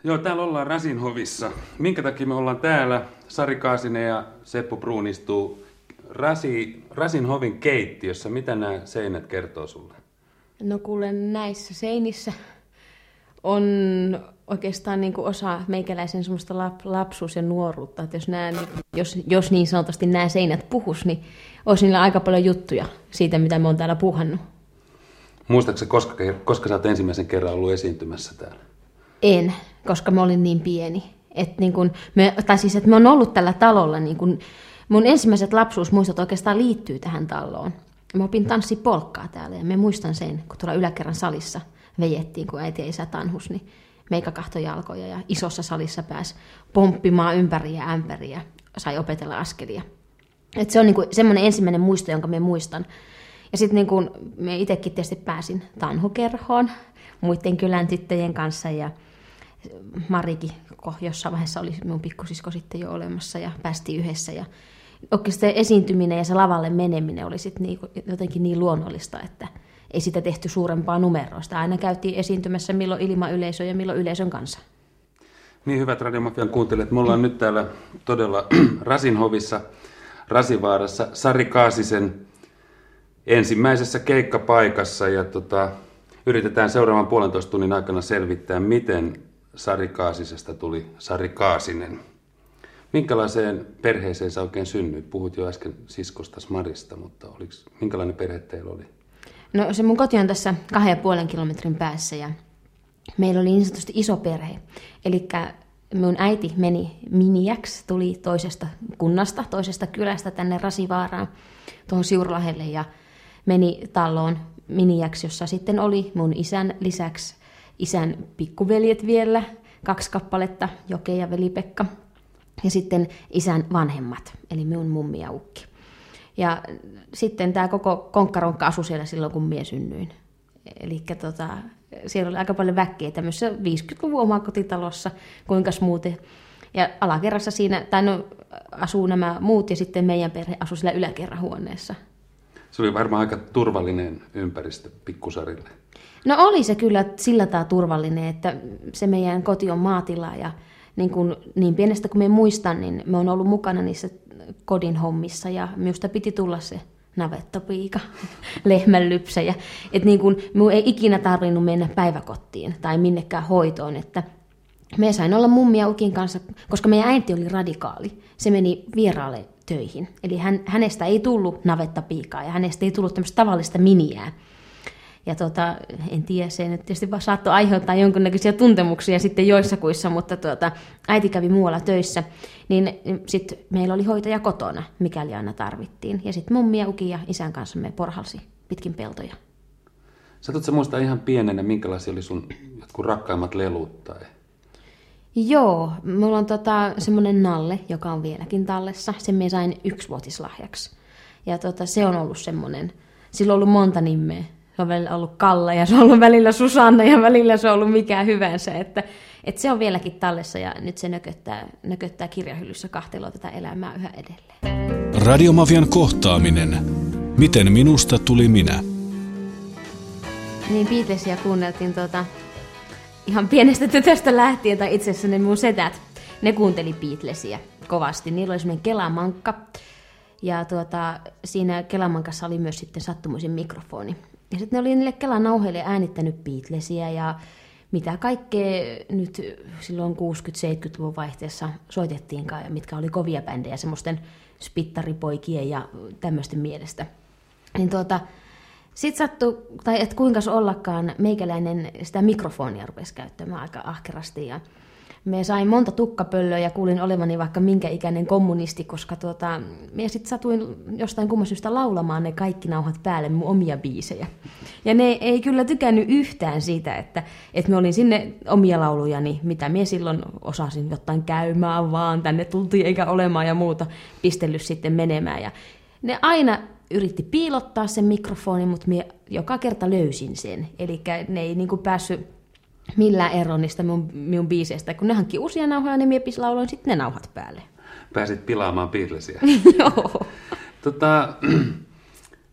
Joo, täällä ollaan Rasinhovissa. Minkä takia me ollaan täällä? Sari Kaasinen ja Seppo Bruun istuu Rasinhovin keittiössä. Mitä nämä seinät kertoo sulle? No kuule, näissä seinissä on oikeastaan niin kuin osa meikäläisen semmoista lapsuus- ja nuoruutta. Että jos niin sanotusti nämä seinät puhus, niin olisi niillä aika paljon juttuja siitä, mitä me on täällä puhannut. Muistatko koska sä oot ensimmäisen kerran ollut esiintymässä täällä? En, koska mä olin niin pieni. Että me on ollut tällä talolla, niin kun, mun ensimmäiset lapsuusmuistot oikeastaan liittyy tähän taloon. Mä opin tanssia polkkaa täällä ja mä muistan sen, kun tuolla yläkerran salissa vejettiin, kun äiti ja isä tanhus, niin meikä kahtoi jalkoja ja isossa salissa pääsi pomppimaan ympäri ja ämpäri ja sai opetella askelia. Et se on niinku semmoinen ensimmäinen muisto, jonka mä muistan. Ja sitten niinku, mä itsekin tietysti pääsin tanhukerhoon muiden kylän tyttöjen kanssa ja Marikin jossain vaiheessa oli minun pikkusisko sitten jo olemassa ja päästiin yhdessä. Ja oikeastaan esiintyminen ja se lavalle meneminen oli sitten jotenkin niin luonnollista, että ei sitä tehty suurempaa numeroista. Aina käytiin esiintymässä milloin ilman yleisöä ja milloin yleisön kanssa. Niin, hyvät Radiomafian kuuntelijat, me ollaan nyt täällä todella Rasinhovissa, Rasivaarassa, Sari Kaasisen ensimmäisessä keikkapaikassa ja yritetään seuraavan 1,5 tunnin aikana selvittää, miten Sari Kaasisesta tuli Sari Kaasinen. Minkälaiseen perheeseen sä oikein synnyit? Puhut jo äsken siskostas Marista, mutta minkälainen perhe teillä oli? No se mun koti on tässä 2,5 kilometrin päässä ja meillä oli niin sanotusti iso perhe. Eli mun äiti meni miniäksi, tuli toisesta kunnasta, toisesta kylästä tänne Rasivaaraan, tuohon Siurulahelle ja meni taloon miniäksi, jossa sitten oli mun isän lisäksi isän pikkuveljet vielä, 2 kappaletta, Joke ja veli-Pekka. Ja sitten isän vanhemmat, eli minun mummi ja ukki. Ja sitten tämä koko konkkaronkka asui siellä silloin, kun minä synnyin. Eli siellä oli aika paljon väkeä tämmöisessä 50-luvun omakotitalossa, kuinkas muuten. Ja alakerrassa siinä, asuu nämä muut ja sitten meidän perhe asui siellä yläkerrahuoneessa. Se oli varmaan aika turvallinen ympäristö pikkusarille. No oli se kyllä sillä tavalla turvallinen, että se meidän koti on maatila ja niin pienestä kuin me muistan, niin me on ollut mukana niissä kodin hommissa ja minusta piti tulla se navettapiika, lehmänlypsäjä. Että minun ei ikinä tarvinnut mennä päiväkottiin tai minnekään hoitoon, että me sain olla mummi ja ukin kanssa, koska meidän äiti oli radikaali. Se meni vieraalle töihin, eli hänestä ei tullut navettapiikaa ja hänestä ei tullut tämmöistä tavallista miniää. Ja en tiedä, se nyt tietysti vaan saattoi aiheuttaa jonkinnäköisiä tuntemuksia sitten joissakuissa, mutta äiti kävi muualla töissä, niin sitten meillä oli hoitaja kotona, mikäli aina tarvittiin. Ja sitten mummi ja uki ja isän kanssa me porhalsi pitkin peltoja. Sä muistaa ihan pienenä, minkälaisia oli sun jotkut rakkaimmat lelut tai? Joo, mulla on semmoinen nalle, joka on vieläkin tallessa. Sen me sain 1-vuotislahjaksi. Ja se on ollut semmoinen, sillä on ollut monta nimeä. Se on välillä ollut Kalla ja se on ollut välillä Susanna ja välillä se on ollut mikä hyvänsä. Että se on vieläkin tallessa ja nyt se nököttää kirjahyllyssä kahteloa tätä elämää yhä edelleen. Radiomafian kohtaaminen. Miten minusta tuli minä? Niin Beatlesia kuunneltiin ihan pienestä tytöstä lähtien, tai itse asiassa ne mun setät, ne kuunteli Beatlesia kovasti. Niillä oli semmoinen kelamankka ja siinä kelamankassa oli myös sitten sattumoisin mikrofoni. Ja sitten ne oli niille kelanauheille äänittänyt Beatlesia ja mitä kaikkea nyt silloin 60-70-luvun vaihteessa soitettiinkaan ja mitkä oli kovia bändejä semmoisten spittaripoikien ja tämmöisten mielestä. Niin sitten sattui, tai et kuinkas ollakaan, meikäläinen sitä mikrofonia rupesi käyttämään aika ahkerasti ja me sain monta tukkapöllöä ja kuulin olevani vaikka minkä ikäinen kommunisti, koska me sitten satuin jostain kumman syystä laulamaan ne kaikki nauhat päälle mun omia biisejä. Ja ne ei kyllä tykännyt yhtään siitä, että me olin sinne omia laulujani, mitä me silloin osasin jotain käymään vaan, tänne tultiin eikä olemaan ja muuta, pistellyt sitten menemään. Ja ne aina yritti piilottaa sen mikrofonin, mutta me joka kerta löysin sen. Eli ne ei päässyt millään eroon niistä minun biiseistä. Kun ne hankki uusia nauhoja, niin minä lauloin sitten ne nauhat päälle. Pääsit pilaamaan Beatlesia. Joo.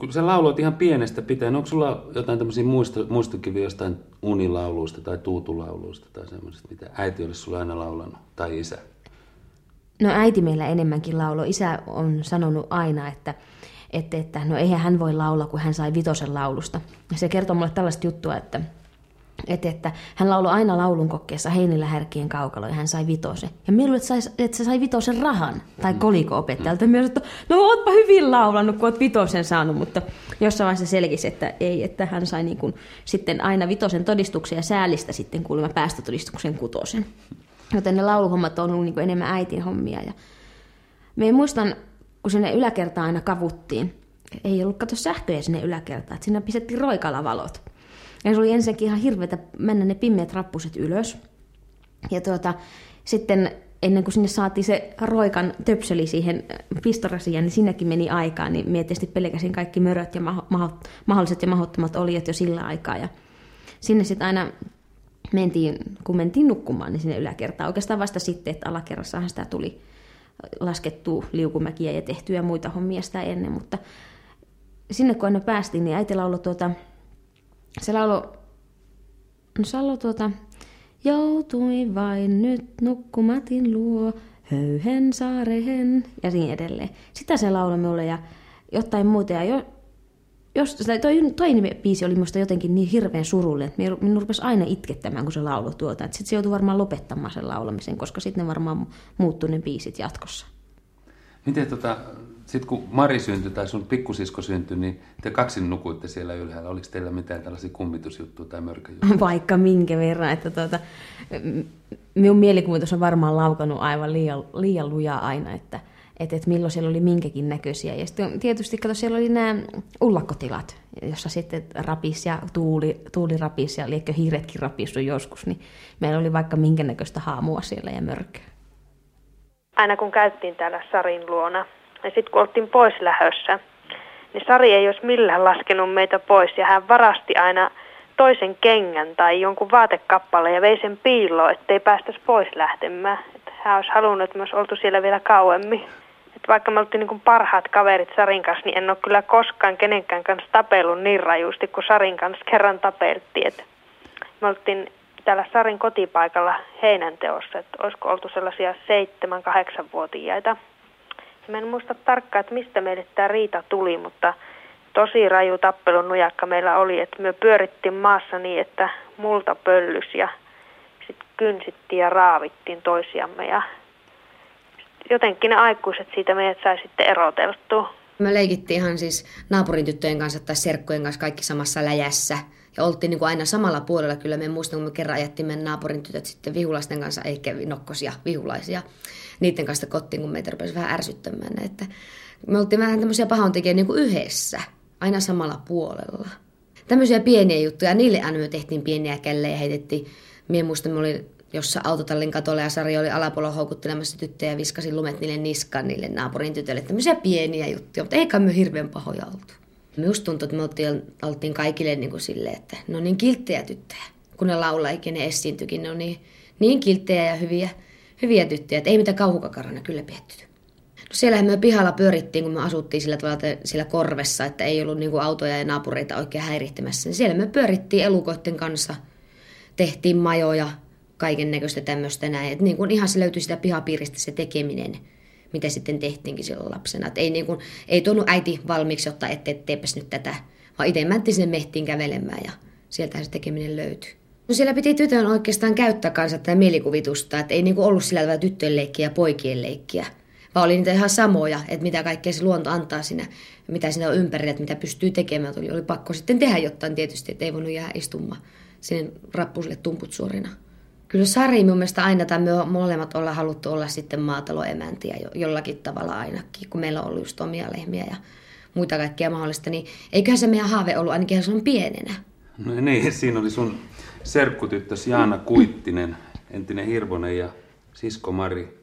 kun sä lauloit ihan pienestä pitäen, onko sulla jotain tämmöisiä muistokiviä jostain unilauluista tai tuutulauluista tai semmoisesta, mitä äiti olisi sulla aina laulanut, tai isä? No äiti meillä enemmänkin lauloi. Isä on sanonut aina, että no eihän hän voi laulaa, kun hän sai vitosen laulusta. Se kertoo mulle tällaista juttua, että hän lauloi aina laulunkokkeessa Heinillä härkien kaukalo ja hän sai vitosen. Ja mieluun, että se sai vitosen rahan tai koliko-opettajalta. Myös, että no ootpa hyvin laulanut, kun oot vitosen saanut, mutta jossain vaiheessa selkisi, että ei, että hän sai niin kuin sitten aina vitosen todistuksen ja säälistä sitten kuulemma päästötodistuksen 6. Joten ne lauluhommat on ollut niin kuin enemmän äitin hommia. Ja me muistan, kun sinne yläkertaan aina kavuttiin, ei ollut kato sähköjä sinne yläkertaan, että sinne pistettiin roikalavalot. Ja se oli ensinnäkin ihan hirveätä mennä ne pimeät rappuset ylös. Ja sitten ennen kuin sinne saatiin se roikan töpseli siihen pistorasiaan, niin sinnekin meni aikaa. Niin minä tietysti pelkäsin kaikki möröt ja mahdolliset ja mahdottomat oliot jo sillä aikaa. Ja sinne sitten aina kun mentiin nukkumaan, niin sinne yläkertaan. Oikeastaan vasta sitten, että alakerrassahan sitä tuli laskettua liukumäkiä ja tehtyä muita hommia sitä ennen. Mutta sinne kun aina päästiin, niin äiti lauloi se lauloi joutui vain nyt nukkumatin luo, höyhen saarehen ja niin edelleen. Sitä se lauloi minulle ja jotain muuta. Ja toinen biisi oli minusta jotenkin niin hirveän surullinen, että minun rupesi aina itkettämään, kun se lauloi tuota. Sitten se joutui varmaan lopettamaan sen laulamisen, koska sitten ne varmaan muuttui ne biisit jatkossa. Miten sitten kun Mari syntyi tai sun pikkusisko syntyi, niin te kaksin nukuitte siellä ylhäällä. Oliko teillä mitään tällaisia kummitusjuttuja tai mörköjuttuja? Vaikka minkä verran, että minun mielikuvitus on varmaan laukannut aivan liian lujaa aina, että milloin siellä oli minkäkin näköisiä. Ja sitten tietysti siellä oli nämä ullakkotilat, jossa sitten rapisi ja tuuli rapisi ja liekö hiiretkin rapistu joskus, niin meillä oli vaikka minkä näköistä haamua siellä ja mörköä. Aina kun käyttiin täällä Sarin luona, ja sitten kun oltiin pois lähössä, niin Sari ei olisi millään laskenut meitä pois, ja hän varasti aina toisen kengän tai jonkun vaatekappaleen ja vei sen piiloon, ettei päästäisi pois lähtemään. Että hän olisi halunnut, että me olisi oltu siellä vielä kauemmin. Että vaikka me oltiin niin kuin parhaat kaverit Sarin kanssa, niin en ole kyllä koskaan kenenkään kanssa tapellut niin rajusti, kun Sarin kanssa kerran tapeltiin. Että me oltiin täällä Sarin kotipaikalla heinänteossa, että olisiko oltu sellaisia 7-8-vuotiaita. Mä en muista tarkkaan, että mistä meille tämä riita tuli, mutta tosi raju tappelun nujakka meillä oli, että me pyörittiin maassa niin, että multa pöllys ja sitten kynsittiin ja raavittiin toisiamme ja jotenkin ne aikuiset siitä meidät sai sitten eroteltua. Me leikittiin ihan siis naapurin tyttöjen kanssa tai serkkujen kanssa kaikki samassa läjässä. Ja oltiin niin kuin aina samalla puolella. Kyllä me muistan, kun me kerran ajettiin meidän naapurin tytöt sitten vihulaisten kanssa, eikä nokkosia, vihulaisia. Niiden kanssa kotiin, kun meitä rupesi vähän ärsyttämään. Että me oltiin vähän tämmöisiä pahointekijä niin kuin yhdessä, aina samalla puolella. Tämmöisiä pieniä juttuja. Niille aina me tehtiin pieniä källejä ja heitettiin. Mie muistan, me oli jossain autotallin katolla ja Sari oli alapuolella houkuttelemassa tyttöjä ja viskasin lumet niille niskaan niille naapurin tytöille. Tämmöisiä pieniä juttuja, mutta eikä me hirveän pahoja oltu. Minusta tuntui, että me oltiin kaikille niin kuin silleen, että ne on niin kilttejä tyttöjä. Kun ne laulaa ikinä esiintyikin, ne on niin kilttejä ja hyviä tyttöjä, että ei mitään kauhukakarana kyllä piettyy. No siellähän me pihalla pyörittiin, kun me asuttiin sillä korvessa, että ei ollut niin kuin autoja ja naapureita oikein häirittämässä. Niin siellä me pyörittiin elukoiden kanssa, tehtiin majoja, kaiken näköistä tämmöistä näin. Että niin kuin ihan se löytyi sitä pihapiiristä se tekeminen, mitä sitten tehtiinkin silloin lapsena. Että ei tuonut äiti valmiiksi, jotta etteipäs nyt tätä, vaan itse mäntti sinne mehtiin kävelemään ja sieltähän se tekeminen löytyi. No siellä piti tytön oikeastaan käyttää kanssa tätä mielikuvitusta, että ei niinku ollut sillä tavalla tyttöjen leikkiä ja poikien leikkiä, vaan oli niitä ihan samoja, että mitä kaikkea se luonto antaa siinä, mitä siinä on ympärillä, että mitä pystyy tekemään. Oli pakko sitten tehdä jotain tietysti, että ei voinut jäädä istumaan sinne rappusille tumput suorina. Kyllä Sari mun mielestä aina, tai me molemmat ollaan haluttu olla sitten maataloemäntiä jollakin tavalla ainakin, kun meillä on ollut just omia lehmiä ja muita kaikkea mahdollista, niin eiköhän se meidän haave ollut ainakin se on pienenä. No niin, siinä oli sun serkkutyttös Jaana Kuittinen, entinen Hirvonen ja sisko Mari.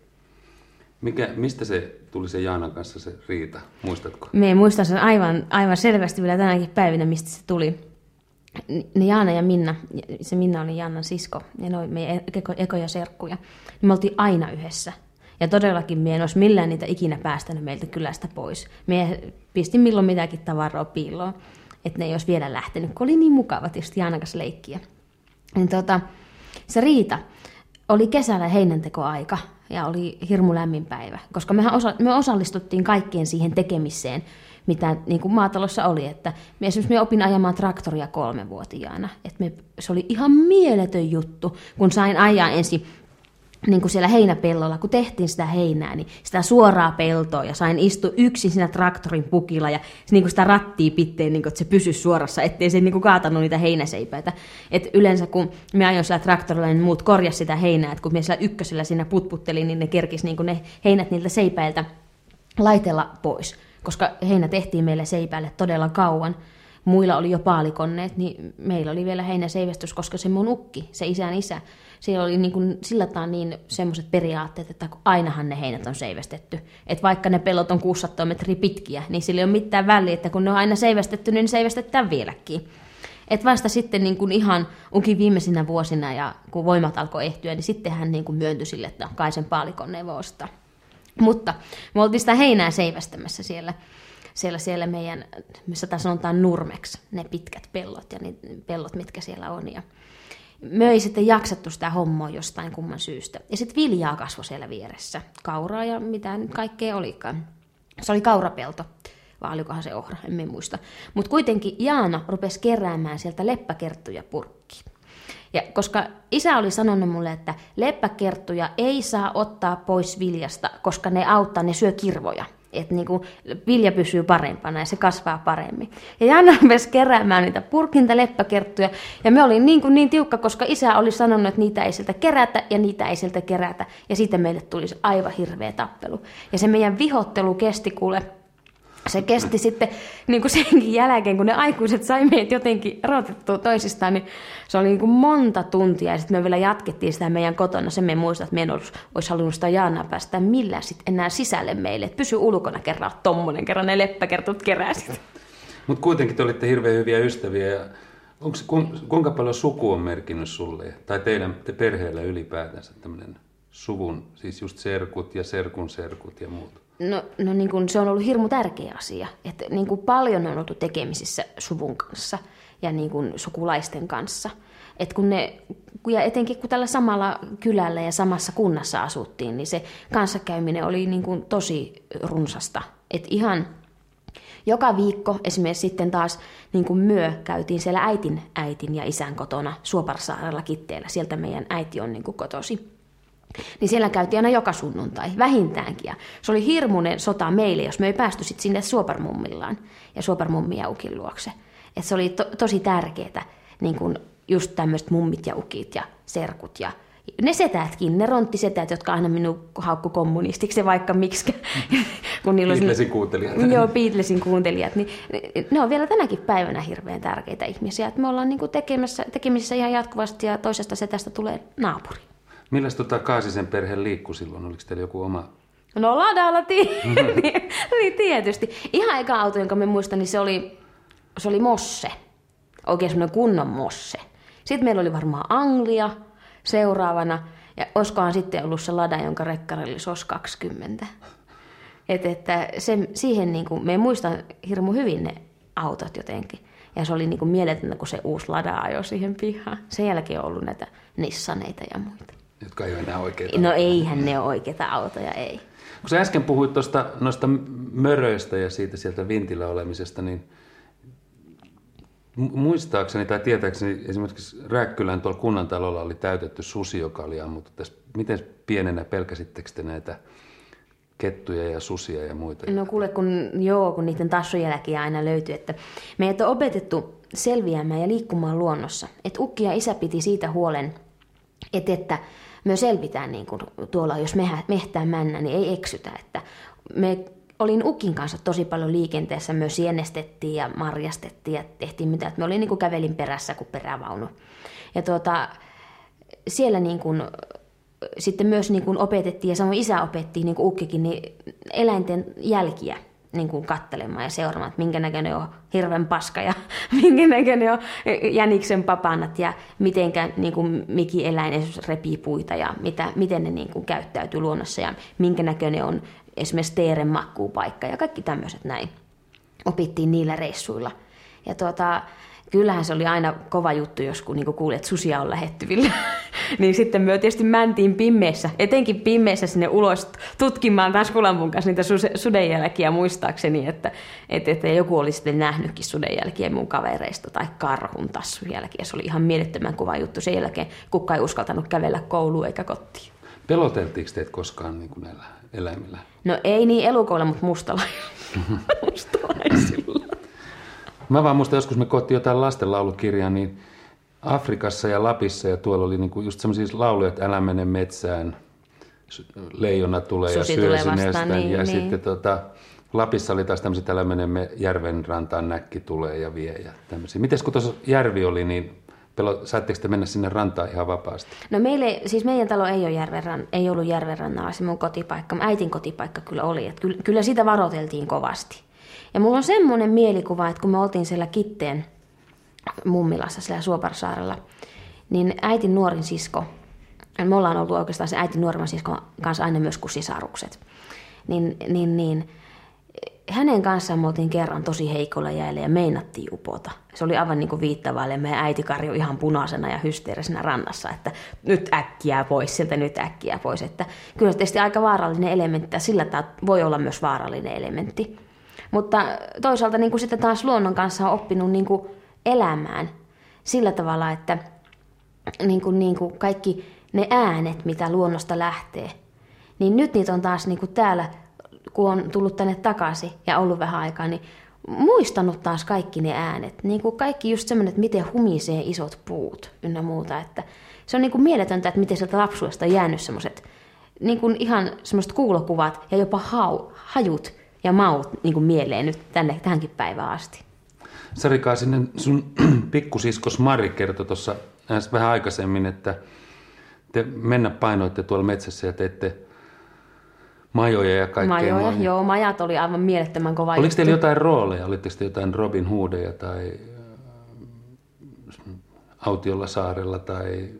Mistä se tuli se Jaanan kanssa se riita, muistatko? Me muistan sen aivan selvästi vielä tänäkin päivinä, mistä se tuli. Ne Jaana ja Minna, se Minna oli Jaanan sisko, ja ne oli meidän ekoja serkkuja. Me oltiin aina yhdessä. Ja todellakin mie en olisi millään niitä ikinä päästänyt meiltä kylästä pois. Mie pistin milloin mitäkin tavaraa piiloon, että ne ei olisi vielä lähtenyt, kun oli niin mukava tietysti Jaanan kanssa leikkiä. Niin se Riita oli kesällä heinäntekoaika ja oli hirmu lämmin päivä, koska me osallistuttiin kaikkeen siihen tekemiseen, mitä niin kuin maatalossa oli. Että esimerkiksi me opin ajamaan traktoria 3-vuotiaana. Se oli ihan mieletön juttu, kun sain ajaa ensin niin kuin siellä heinäpellolla, kun tehtiin sitä heinää, niin sitä suoraa peltoa ja sain istua yksin siinä traktorin pukilla ja niin kuin sitä rattia pitteen, niin kuin, että se pysyisi suorassa, ettei se niin kuin kaatanut niitä heinäseipäitä. Et yleensä kun me ajoin sillä traktorilla, niin muut korjasi sitä heinää, että kun me sillä ykkösellä siinä putputtelin, niin ne kerkisi niin kuin ne heinät niiltä seipäiltä laitella pois, koska heinä tehtiin meille seipäille todella kauan. Muilla oli jo paalikonneet, niin meillä oli vielä heinäseivästys, koska se mun ukki, se isän isä, siellä oli niin kuin sillä tavalla niin semmoiset periaatteet, että ainahan ne heinät on seivästetty. Että vaikka ne pellot on 600 metriä pitkiä, niin sillä ei ole mitään väliä, että kun ne on aina seivästetty, niin seivästetään vieläkin. Että vasta sitten niin kuin ihan ukin viimeisinä vuosina, ja kun voimat alkoi ehtyä, niin sitten hän niin kuin myöntyi sille, että kai sen paalikonneen voi ostaa. Mutta me oltiin sitä heinää seivästämässä siellä meidän, missä sanotaan nurmeksi, ne pitkät pellot ja ne pellot, mitkä siellä on. Ja me ei sitten jaksettu sitä hommaa jostain kumman syystä. Ja sitten viljaa kasvoi siellä vieressä, kauraa ja mitä nyt kaikkea olikaan. Se oli kaurapelto, vai olikohan se ohra, en muista. Mutta kuitenkin Jaana rupesi keräämään sieltä leppäkerttuja purkkiin. Ja koska isä oli sanonut mulle, että leppäkerttuja ei saa ottaa pois viljasta, koska ne auttaa, ne syö kirvoja. Että niinku vilja pysyy parempana ja se kasvaa paremmin. Ja Jaana rupesi keräämään niitä purkinta leppäkerttuja. Ja me olin niin tiukka, koska isä oli sanonut, että niitä ei sieltä kerätä ja niitä ei sieltä kerätä. Ja siitä meille tuli aivan hirveä tappelu. Ja se meidän vihottelu kesti kuule. Se kesti sitten niin kuin senkin jälkeen, kun ne aikuiset sai meidät jotenkin erotettua toisistaan, niin se oli niin kuin monta tuntia. Ja sitten me vielä jatkettiin sitä meidän kotona. Sen me muistan, että me en olisi halunnut sitä Jaanaa päästä millään sitten enää sisälle meille. Että pysy ulkona kerran tommonen, kerran ne leppäkertut keräsit. Mutta kuitenkin te olitte hirveän hyviä ystäviä. Ja kuinka paljon suku on merkinnyt sulle? Tai te perheellä ylipäätänsä tämmöinen suvun, siis just serkut ja serkun serkut ja muut? No niin kuin se on ollut hirmu tärkeä asia, että niin kuin paljon on oltu tekemisissä suvun kanssa ja niin kuin sukulaisten kanssa. Et ja etenkin kun tällä samalla kylällä ja samassa kunnassa asuttiin, niin se kanssakäyminen oli niin kuin tosi runsasta. Et ihan joka viikko esimerkiksi sitten taas niin kuin käytiin siellä äitin ja isän kotona Suoparsaarella Kitteellä. Sieltä meidän äiti on niin kuin kotosi. Niin siellä käytiin aina joka sunnuntai, vähintäänkin. Ja se oli hirmuinen sota meille, jos me ei päästy sit sinne Suoparmummillaan ja Suoparmummin ja ukin luokse. Et se oli tosi tärkeää, niin kun just tämmöiset mummit ja ukit ja serkut ja ne setätkin, ne ronttisetät, jotka aina minun haukku kommunistiksi, vaikka miksikä. Beatlesin kuuntelijat. Joo, Beatlesin kuuntelijat. Niin, ne on vielä tänäkin päivänä hirveän tärkeitä ihmisiä. Et me ollaan niin tekemisissä ihan jatkuvasti ja toisesta setästä tulee naapuri. Milläs Kaasisen perhe liikkui silloin? Oliko teillä joku oma? No ladalla niin tietysti. Ihan eka auto, jonka me muistan, niin se oli Mosse. Oikein semmoinen kunnon Mosse. Sitten meillä oli varmaan Anglia seuraavana. Ja olisikohan sitten ollut se Lada, jonka rekkarilla oli SOS 20. Että siihen niin kuin, me muistan hirmu hyvin ne autot jotenkin. Ja se oli niin kuin mieletöntä, kun se uusi Lada ajoi siihen pihaan. Sen jälkeen on ollut näitä Nissaneita ja muita. Jotka ei ole enää oikeita. No eihän ne ole oikeita autoja, ei. Kun sä äsken puhuit noista möröistä ja sieltä vintillä olemisesta, niin muistaakseni tai tietääkseni esimerkiksi Rääkkylän tuolla kunnantalolla oli täytetty susi, joka oli ammuttu. Miten pienenä pelkäsittekö te näitä kettuja ja susia ja muita? No kuule, kun niiden tassunjälkiä aina löytyy, että meidät on opetettu selviämään ja liikkumaan luonnossa. Että ukki ja isä piti siitä huolen, että me selvitään niin kuin tuolla, jos mehtään männä, niin ei eksytä. Että me olin ukin kanssa tosi paljon liikenteessä, myös sienestettiin ja marjastettiin ja tehtiin mitä. Että me olin niin kuin kävelin perässä kuin perävaunu. Ja siellä niin kuin, sitten myös niin kuin opetettiin, ja samoin isä opetti, niin kuin ukkikin, niin eläinten jälkiä niin kuin katselemaan ja seuraamaan, että minkä näköinen on hirven paska ja minkä näköinen on jäniksen papanat ja mitenkä niin kuin mikin eläin esimerkiksi repii puita ja miten ne niin kuin käyttäytyy luonnossa ja minkä näköinen on esimerkiksi teeren makkuupaikka ja kaikki tämmöiset näin. Opittiin niillä reissuilla. Ja kyllähän se oli aina kova juttu, jos kun niinku kuulet, että susia on lähettyvillä. Niin sitten me tietysti mäntiin pimmeessä, etenkin pimmeessä sinne ulos tutkimaan taskulampun kanssa niitä sudenjälkiä muistaakseni, että joku oli sitten nähnytkin sudenjälkiä mun kavereista tai karhun tassun jälkiä. Se oli ihan mielettömän kova juttu. Sen jälkeen kukaan ei uskaltanut kävellä kouluun eikä kotiin. Peloteltiinko teitä koskaan niin kuin näillä eläimillä? No ei niin elukoilla, mutta mustalaisilla. Mä vaan muistan, joskus me koottiin jotain lastenlaulukirjaa, niin Afrikassa ja Lapissa ja tuolla oli niinku just sellaisia lauluja, että älä mene metsään, leijona tulee ja syö sinestä. Niin, ja niin. sitten Lapissa oli taas tämmöisiä, että älä mene järven rantaan, näkki tulee ja vie ja tämmöisiä. Mites kun tuossa järvi oli, niin saatteko te mennä sinne rantaan ihan vapaasti? No meidän talo ei ollut järvenrannalla, se mun kotipaikka. Äitin kotipaikka kyllä oli, että kyllä sitä varoiteltiin kovasti. Ja mulla on semmoinen mielikuva, että kun me oltiin siellä Kitteen mummilassa siellä Suoparsaarella, niin äitin nuorin sisko, me ollaan ollut oikeastaan se äitin nuorimman siskon kanssa aina myös kuin sisarukset, niin hänen kanssaan me oltiin kerran tosi heikolla jäillä ja meinattiin upota. Se oli aivan niin kuin viittavaille. Meidän äiti karjoi ihan punaisena ja hysteerisenä rannassa, että nyt äkkiä pois sieltä, nyt äkkiä pois. Että kyllä se tietysti aika vaarallinen elementti ja sillä tämä voi olla myös vaarallinen elementti. Mutta toisaalta niin kuin sitten taas luonnon kanssa on oppinut niin kuin elämään sillä tavalla, että niin kuin kaikki ne äänet, mitä luonnosta lähtee, niin nyt niitä on taas niin kuin täällä, kun on tullut tänne takaisin ja ollut vähän aikaa, niin muistanut taas kaikki ne äänet. Niin kuin kaikki just semmoinen, että miten humisee isot puut ynnä muuta. Että se on niin kuin mieletöntä, että miten sieltä lapsuudesta on jäänyt semmoiset niin kuin ihan semmoiset kuulokuvat ja jopa hajut ja maut niin kuin mieleen nyt tähänkin päivään asti. Sari Kaasinen, sun pikkusiskos Mari kertoi tuossa vähän aikaisemmin, että te painoitte tuolla metsässä ja teitte majoja ja kaikkea. Majoja, joo, majat oli aivan mielettömän kova juttu. Oliko teillä jotain rooleja? Olitteko te jotain Robin Hoodeja tai Autiolla saarella tai...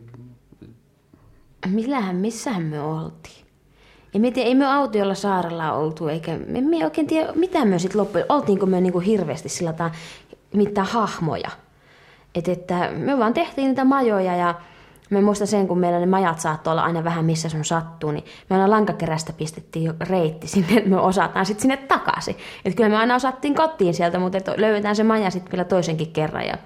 Missähän me oltiin? Ei me Autiolla saarella oltu, eikä me oikein tiedä, mitä me sitten loppujen. Oltiinko me niinku hirveästi sillä tavalla mitään hahmoja. Että me vaan tehtiin niitä majoja ja me muistan sen, kun meillä ne majat saattoi olla aina vähän missä sun sattuu, niin me aina lankakerästä pistettiin reitti sinne, että me osataan sitten sinne takaisin. Että kyllä me aina osattiin kotiin sieltä, mutta löydetään se maja sitten vielä toisenkin kerran. Ja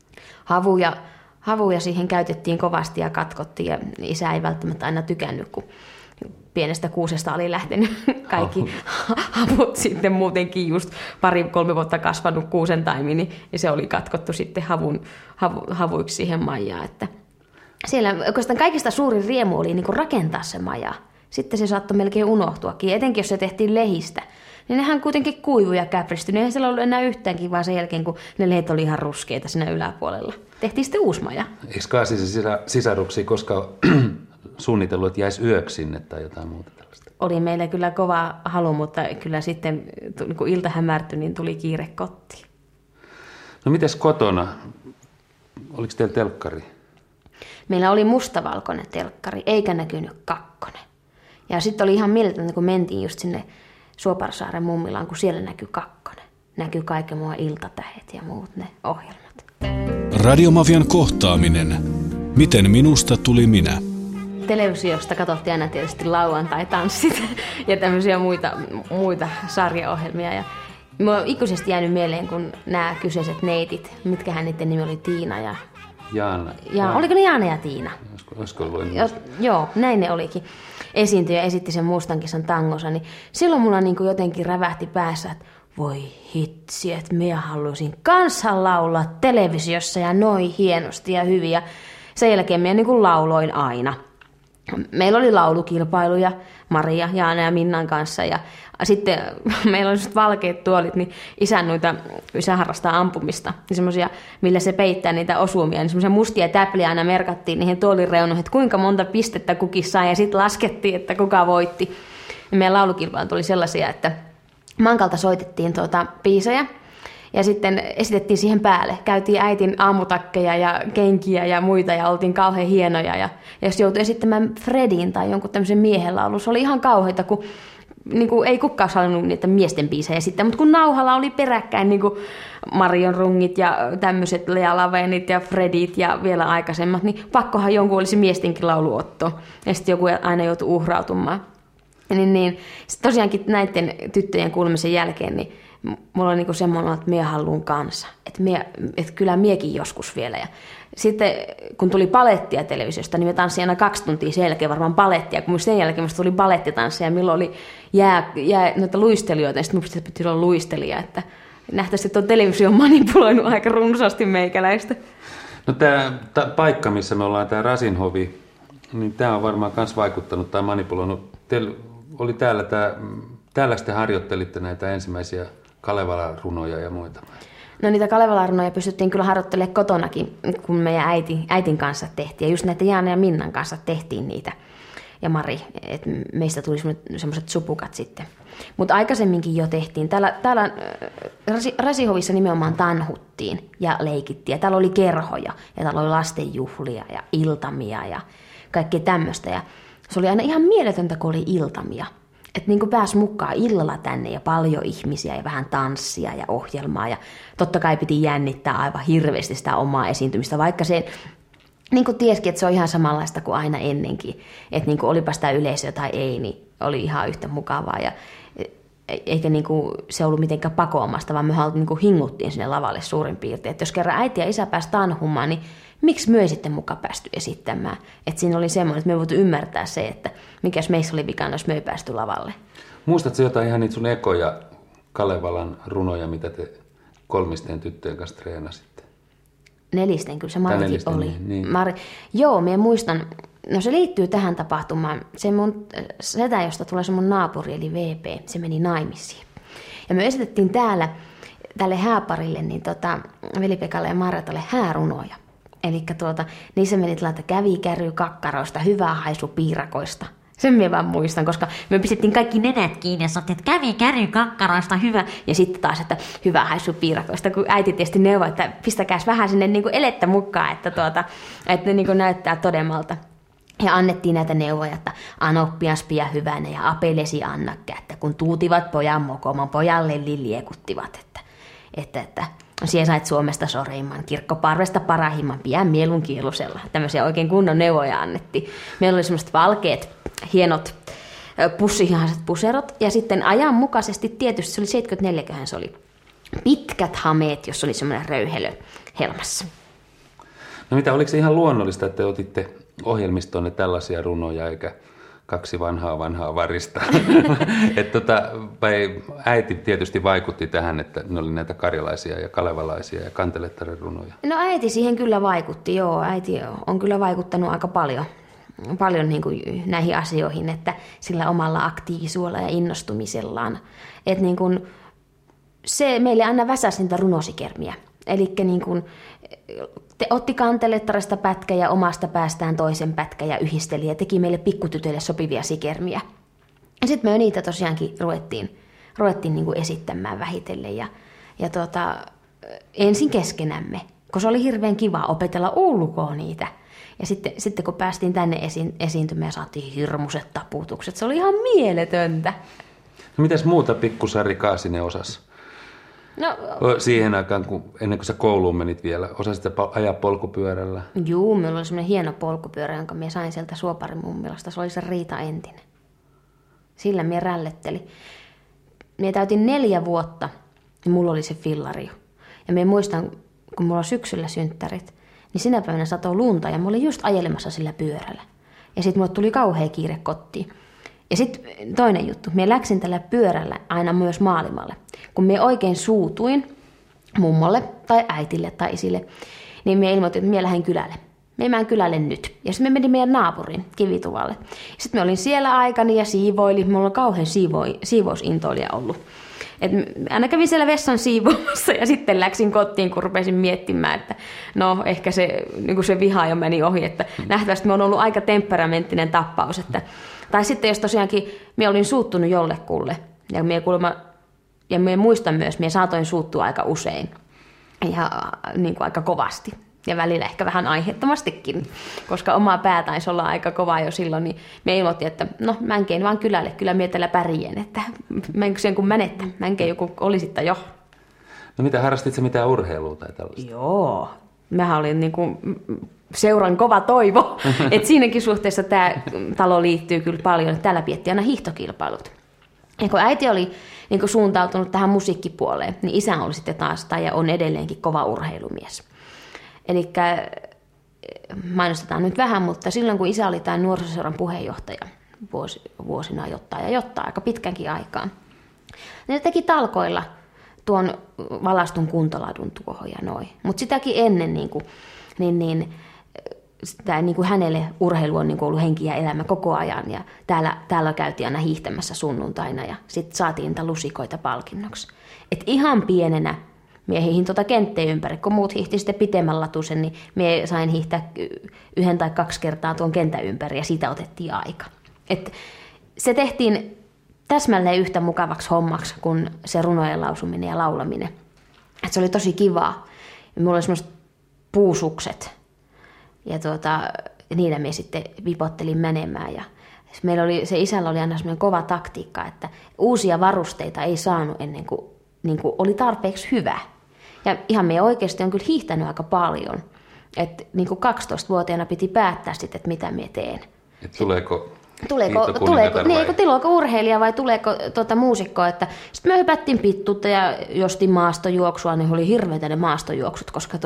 havuja siihen käytettiin kovasti ja katkottiin ja isä ei välttämättä aina tykännyt, kun pienestä kuusesta oli lähtenyt kaikki havut sitten muutenkin just 2-3 vuotta kasvanut kuusen taimi, niin se oli katkottu sitten havuiksi siihen majaan. Että siellä oikeastaan kaikista suurin riemu oli niin kuin rakentaa se maja. Sitten se saattoi melkein unohtuakin, etenkin jos se tehtiin lehistä. Niin nehän kuitenkin kuivui ja käpristyi. Eihän siellä ollut enää yhtäänkin, vaan sen jälkeen, kun ne lehet oli ihan ruskeita siinä yläpuolella. Tehtiin sitten uusi maja. Eikö Kaasisen sisaruksia koskaan suunnitellut, että jäisi yöksi sinne tai jotain muuta tällaista? Oli meillä kyllä kova halu, mutta kyllä sitten kun ilta hämärtyi, niin tuli kiire kotiin. No mites kotona? Oliko teillä telkkari? Meillä oli mustavalkoinen telkkari, eikä näkynyt kakkonen. Ja sitten oli ihan mieletöntä, kun mentiin just sinne Suoparsaaren mummilaan, kun siellä näkyi kakkonen. Näkyi kaiken mua iltatähet ja muut ne ohjelmat. Radiomafian kohtaaminen. Miten minusta tuli minä? Televisiosta katsottiin aina tietysti lauantai-tanssit ja tämmöisiä muita sarjaohjelmia. Ja minulla on ikuisesti jäänyt mieleen, kun nämä kyseiset neitit, mitkähän niiden nimi oli, Tiina ja... Jaana. Oliko ne Jaana ja Tiina? Olisiko ollut? Joo, näin ne olikin. Esiintyi ja esitti sen Mustan kissan tangossa, niin silloin mulla niin kuin jotenkin rävähti päässä, että voi hitsi, että minä haluaisin kanssa laulaa televisiossa ja noin hienosti ja hyvin. Ja sen jälkeen minä niin kuin lauloin aina. Meillä oli laulukilpailuja Maria, Jaana ja Minnan kanssa ja sitten meillä oli valkeat tuolit, niin isä harrastaa ampumista. Semmoisia, millä se peittää niitä osumia, niin semmoisia mustia täpliä aina merkattiin niihin tuolin reunoihin, että kuinka monta pistettä kukin sai ja sitten laskettiin, että kuka voitti. Ja meidän laulukilpailut oli sellaisia, että Mankalta soitettiin biisejä. Ja sitten esitettiin siihen päälle. Käytiin äitin aamutakkeja ja kenkiä ja muita ja oltiin kauhean hienoja. Ja jos joutui esittämään Fredin tai jonkun tämmöisen miehen laulun, se oli ihan kauheita, kun niin kuin, ei kukaan halunnut niitä miesten biisejä esittää. Mutta kun nauhalla oli peräkkäin niin kuin Marion rungit ja tämmöiset Lea Lavenit ja Fredit ja vielä aikaisemmat, niin pakkohan jonkun olisi miestenkin laulu ottaa. Ja sitten joku aina joutui uhrautumaan. Niin, tosiaankin näiden tyttöjen kuulemisen jälkeen, niin mulla on niinku semmoinen, että minä haluan kanssa. Että kyllä miekin joskus vielä. Ja sitten kun tuli palettia televisiosta, niin me tanssin aina 2 tuntia sen jälkeen varmaan palettia. Kun sen jälkeen musta tuli balettitanssia ja milloin oli noita luistelijoita, niin sitten musta piti olla luistelija. Että nähtäisi, että televisio on manipuloinut aika runsaasti meikäläistä. No tämä paikka, missä me ollaan, tämä Rasinhovi, niin tämä on varmaan myös vaikuttanut tai manipuloinut. Oli täällä sitten harjoittelitte näitä ensimmäisiä Kalevala-runoja ja muita. No niitä Kalevala-runoja pystyttiin kyllä harjoittelemaan kotonakin, kun meidän äitin kanssa tehtiin. Ja just näitä Jaana ja Minnan kanssa tehtiin niitä. Ja Mari, että meistä tuli semmoiset supukat sitten. Mutta aikaisemminkin jo tehtiin. Täällä Rasihovissa nimenomaan tanhuttiin ja leikittiin. Ja täällä oli kerhoja ja täällä oli lastenjuhlia ja iltamia ja kaikkea tämmöistä. Ja se oli aina ihan mieletöntä, kun oli iltamia. Että niin pääsi mukaan illalla tänne ja paljon ihmisiä ja vähän tanssia ja ohjelmaa. Ja totta kai piti jännittää aivan hirveästi sitä omaa esiintymistä, vaikka se niin kuin tiesikin, että se on ihan samanlaista kuin aina ennenkin. Että niin kuin olipa sitä yleisöä tai ei, niin oli ihan yhtä mukavaa. Ja eikä niin kuin se ollut mitenkään pakoomasta, vaan me niin kuin hinguttiin sinne lavalle suurin piirtein. Että jos kerran äiti ja isä pääsi tanhumaan, niin miksi me ei sitten mukaan päästy esittämään? Että siinä oli semmoinen, että me ei voitu ymmärtää se, että mikäs meissä oli vikana, jos me ei päästy lavalle. Muistatko jotain ihan niitä sun ekoja Kalevalan runoja, mitä te 3 tyttöjen kanssa treenasitte? 4 kyllä se Marikin oli. Niin. Joo, minä muistan. No se liittyy tähän tapahtumaan. Se mun setä, josta tulee se mun naapuri, eli VP, se meni naimisiin. Ja me esitettiin täällä tälle hääparille, niin Veli-Pekalle ja Marjatalle häärunoja. Eli niissä meni tällaista kävi käry kakkaroista, hyvää haisu piirakoista. Sen minä vaan muistan, koska me pistettiin kaikki nenät kiinni ja sanottiin, että kävi käry kakkaroista hyvä. Ja sitten taas, että hyvää haisu piirakoista, kun äiti tietysti neuvoi, että pistäkääs vähän sinne niin kuin elettä mukaan, että ne niin kuin näyttää todemmalta. Ja annettiin näitä neuvoja, että anoppias pidä hyvänä ja apelesi anna kättä, kun tuutivat pojan mokoman, pojalle liekuttivat, että siellä sait Suomesta soreimman, kirkkoparvesta parahimman, pian mielun kielusella. Tämmöisiä oikein kunnon neuvoja annettiin. Meillä oli semmoiset valkeat, hienot pussihaiset puserot. Ja sitten ajanmukaisesti tietysti, se oli 74, se oli pitkät hameet, jos oli semmoinen röyhelö helmassa. No mitä, oliko se ihan luonnollista, että otitte ohjelmistoonne tällaisia runoja, eikä 2 vanhaa varista? Vai äiti tietysti vaikutti tähän, että ne oli näitä karjalaisia ja kalevalaisia ja kantelettaren runoja? No äiti siihen kyllä vaikutti, joo. Äiti on kyllä vaikuttanut aika paljon niin kuin näihin asioihin, että sillä omalla aktiivisuudella ja innostumisellaan. Että niin kuin se meille aina väsäsi niitä runosikermiä. Eli niin kuin otti kantelettarasta pätkä ja omasta päästään toisen pätkä ja yhdisteli ja teki meille pikkutytöille sopivia sikermiä. Ja sitten me niitä tosiaankin ruvettiin niin kuin esittämään vähitellen ja ensin keskenämme, kun se oli hirveän kiva opetella ulkoa niitä. Ja sitten kun päästiin tänne esiintymään, saatiin hirmuiset taputukset. Se oli ihan mieletöntä. No mitäs muuta pikkusarri Kaasinen osasi? No, siihen aikaan, ennen kuin sä kouluun menit vielä, osasit ajaa polkupyörällä? Juu, meillä oli semmoinen hieno polkupyörä, jonka minä sain sieltä Suoparin mummilasta. Se oli se Riita Entinen. Sillä minä rällettelin. Minä täytin 4 vuotta, ja mulla oli se fillari. Ja minä muistan, kun mulla on syksyllä synttärit, niin sinä päivänä satoi lunta, ja mä olin just ajelemassa sillä pyörällä. Ja sitten mulle tuli kauhea kiire kotiin. Ja sitten toinen juttu, minä läksin tällä pyörällä aina myös maailmalle. Kun minä oikein suutuin mummolle tai äitille tai isille, niin minä ilmoitin, että minä lähden kylälle. Minä menen kylälle nyt. Ja sitten me menin meidän naapurin Kivituvalle. Sitten me olin siellä aikani ja siivoilin. Minulla on kauhean siivousintoilija ollut. Et aina kävin siellä vessan siivoamassa ja sitten läksin kotiin, kun rupesin miettimään, että no ehkä se, niin se viha jo meni ohi. Että nähtävästi me on ollut aika temperamenttinen tappaus. Tai sitten jos tosiaankin minä olin suuttunut jollekulle ja minä kuulemma Ja minä muistan myös, minä saatoin suuttua aika usein ja niin kuin aika kovasti. Ja välillä ehkä vähän aiheettomastikin, koska oma pää taisi olla aika kova jo silloin, niin me ilmoitin, että no mänkeen vaan kylälle, kyllä minä tällä pärjään, että menkö sen kun menettä, mänkeen joku olisitta jo. No mitä, harrastit sä mitään urheilua tai tällaista? Joo, mähän olin niin kuin seuran kova toivo, että siinäkin suhteessa tämä talo liittyy kyllä paljon, että täällä pidettiin aina hiihtokilpailut. Ja kun äiti oli niin kuin suuntautunut tähän musiikkipuoleen, niin isä oli sitten taas, tai on edelleenkin kova urheilumies. Eli mainostetaan nyt vähän, mutta silloin kun isä oli tämän nuorisoseuran puheenjohtaja vuosina jottaa aika pitkänkin aikaan, niin se teki talkoilla tuon valastun kuntoladun tuohon ja noin. Mutta sitäkin ennen tämä niin kuin hänelle urheilu on niin kuin ollut henki ja elämä koko ajan. Ja täällä käytiin aina hiihtämässä sunnuntaina ja sitten saatiin niitä lusikoita palkinnoksi. Et ihan pienenä mie hiihin kentteen ympäri, kun muut hiihti sitten pitemmän latusen, niin mie sain hiihtää 1 tai 2 kertaa tuon kentän ympäri ja siitä otettiin aika. Et se tehtiin täsmälleen yhtä mukavaksi hommaksi kuin se runojen lausuminen ja laulaminen. Et se oli tosi kivaa. Ja mulla oli semmoiset puusukset ja niillä me sitten vipottelin menemään. Ja meillä oli, se isällä oli aina semmoinen kova taktiikka, että uusia varusteita ei saanut ennen kuin oli tarpeeksi hyvä. Ja ihan me oikeasti on kyllä hiihtänyt aika paljon. Että niin kuin 12-vuotiaana piti päättää sitten, että mitä me teen. Tuleeko urheilija vai tuleeko muusikko. Sitten me hypättiin pittuutta ja jostiin maastojuoksua, niin oli hirveitä ne maastojuoksut, koska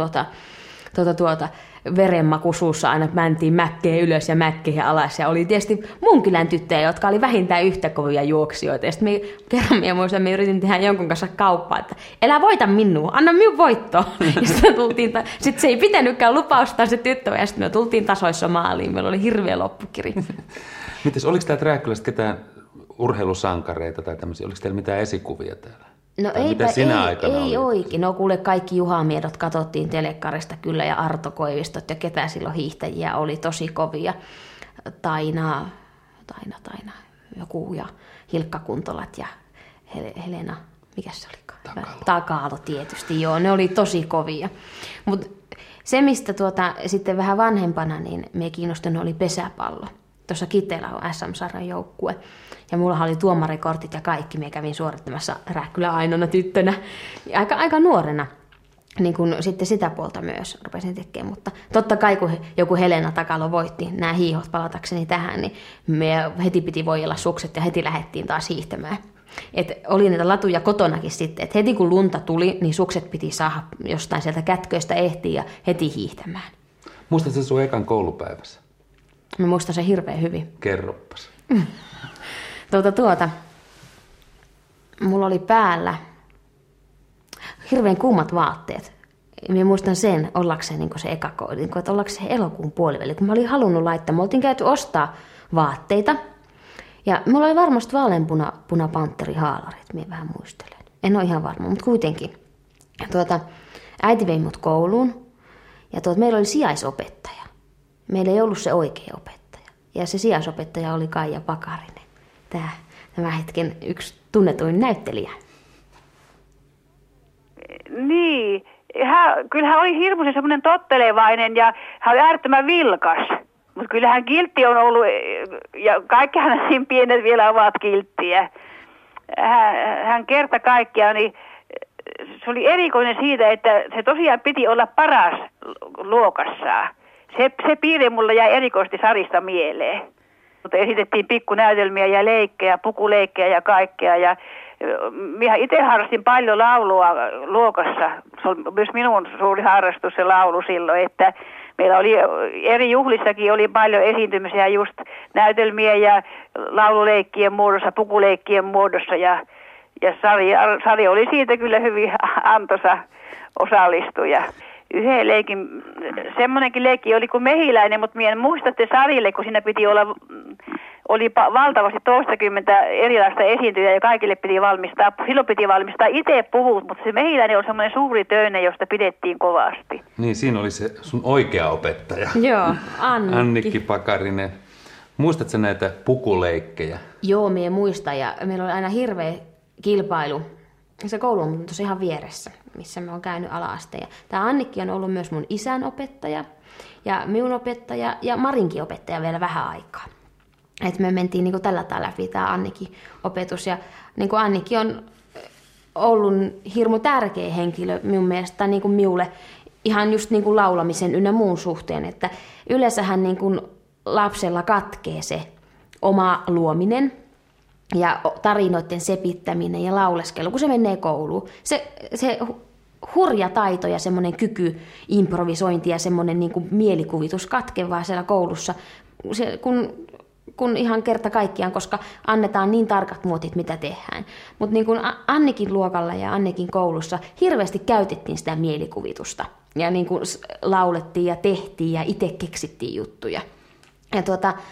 verenmaku suussa aina mentiin mäkkeen ylös ja mäkkeen alas. Ja oli tietysti mun kylän tyttöjä, jotka oli vähintään yhtä kovia juoksijoita. Ja sitten me yritin tehdä jonkun kanssa kauppaa, että älä voita minua, anna minun voittoa. Ja sitten se ei pitänytkään lupausta se tyttö, ja sitten me tultiin tasoissa maaliin. Meillä oli hirveä loppukiri. Mites, oliko täällä Rääkkylästä ketään urheilusankareita tai tämmöisiä? Oliko teillä mitään esikuvia täällä? No ei oikein. No kuule, kaikki Juha-miedot katsottiin telekkarista kyllä ja Arto Koivistot ja ketä silloin hiihtäjiä oli tosi kovia. Taina, joku ja Hilkka Kuntolat ja Helena, mikä se olikaan? Takalo tietysti, joo, ne oli tosi kovia. Mutta se, mistä sitten vähän vanhempana, niin me kiinnostunut oli pesäpallo. Tuossa Kiteellä on SM-sarjan joukkue. Ja mulla oli tuomarikortit ja kaikki. Minä kävin suorittamassa Rääkkylän ainoana tyttönä. Aika nuorena. Niin kun sitten sitä puolta myös rupesin tekemään. Mutta totta kai, kun joku Helena Takalo voitti nämä hiihot palatakseni tähän, niin me heti piti voijella sukset ja heti lähdettiin taas hiihtämään. Et oli niitä latuja kotonakin sitten. Et heti kun lunta tuli, niin sukset piti saada jostain sieltä kätköistä ehtiin ja heti hiihtämään. Muistatko sun ekan koulupäivässä? Mä muistan sen hirveän hyvin. Kerroppas. Mulla oli päällä hirveän kuumat vaatteet. Mä muistan sen, ollakseen niin se eka koodi, että ollakseen elokuun puoliväli, kun mä olin halunnut laittaa. Me oltiin käyty ostaa vaatteita. Ja mulla oli varmasti vaaleanpuna-pantteri-haalarit, mä vähän muistelen. En ole ihan varma, mutta kuitenkin. Äiti vei mut kouluun ja meillä oli sijaisopettaja. Meillä ei ollut se oikea opettaja. Ja se sijaisopettaja oli Kaija Pakarinen. Tämä hetken yksi tunnetuin näyttelijä. Niin. Kyllä hän oli hirmuisen semmoinen tottelevainen ja hän oli äärettömän vilkas. Mutta kyllähän kiltti on ollut, ja kaikkihan siinä pienet vielä ovat kilttiä. Hän kerta kaikkiaan, niin se oli erikoinen siitä, että se tosiaan piti olla paras luokassaan. Se piirre mulla jäi erikoisesti Sarista mieleen. Mutta esitettiin pikkunäytelmiä ja leikkejä, pukuleikkejä ja kaikkea. Ja minä itse harrastin paljon laulua luokassa. Se oli myös minun suuri harrastus se laulu silloin, että meillä oli eri juhlissakin oli paljon esiintymisiä just näytelmiä ja laululeikkien muodossa, pukuleikkien muodossa. Ja Sari oli siitä kyllä hyvin antoisa osallistuja. Yhden leikin, semmoinenkin leikki oli kuin Mehiläinen, mutta minä en muista Sarille, kun siinä piti olla, oli valtavasti 20 erilaista esiintyjää ja kaikille piti valmistaa, silloin piti valmistaa itse puvut, mutta se Mehiläinen oli semmoinen suuri töinen, josta pidettiin kovasti. Niin, siinä oli se sun oikea opettaja. Joo, Annikki Pakarinen. Muistatko näitä pukuleikkejä? Joo, minä muistan ja meillä oli aina hirveä kilpailu se koulu on tosi ihan vieressä, missä mä oon käynyt ala-asteen. Tämä Annikki on ollut myös mun isän opettaja ja minun opettaja ja Marinkin opettaja vielä vähän aikaa. Et me mentiin niin kuin tällä tavalla läpi tämä Annikin opetus. Ja niin kuin Annikki on ollut hirmu tärkeä henkilö minun mielestä niin kuin minulle ihan just niin kuin laulamisen ynnä muun suhteen. Että yleensähän niin kuin lapsella katkee se oma luominen ja tarinoiden sepittäminen ja lauleskelu, kun se menee kouluun. Se hurja taito ja semmoinen kyky improvisointi ja semmoinen niin kuin mielikuvitus katkevaa siellä koulussa, kun ihan kerta kaikkiaan, koska annetaan niin tarkat muotit, mitä tehdään. Mutta niin kuin Annikin luokalla ja Annikin koulussa hirveästi käytettiin sitä mielikuvitusta. Ja niin kuin laulettiin ja tehtiin ja itse keksittiin juttuja. Ja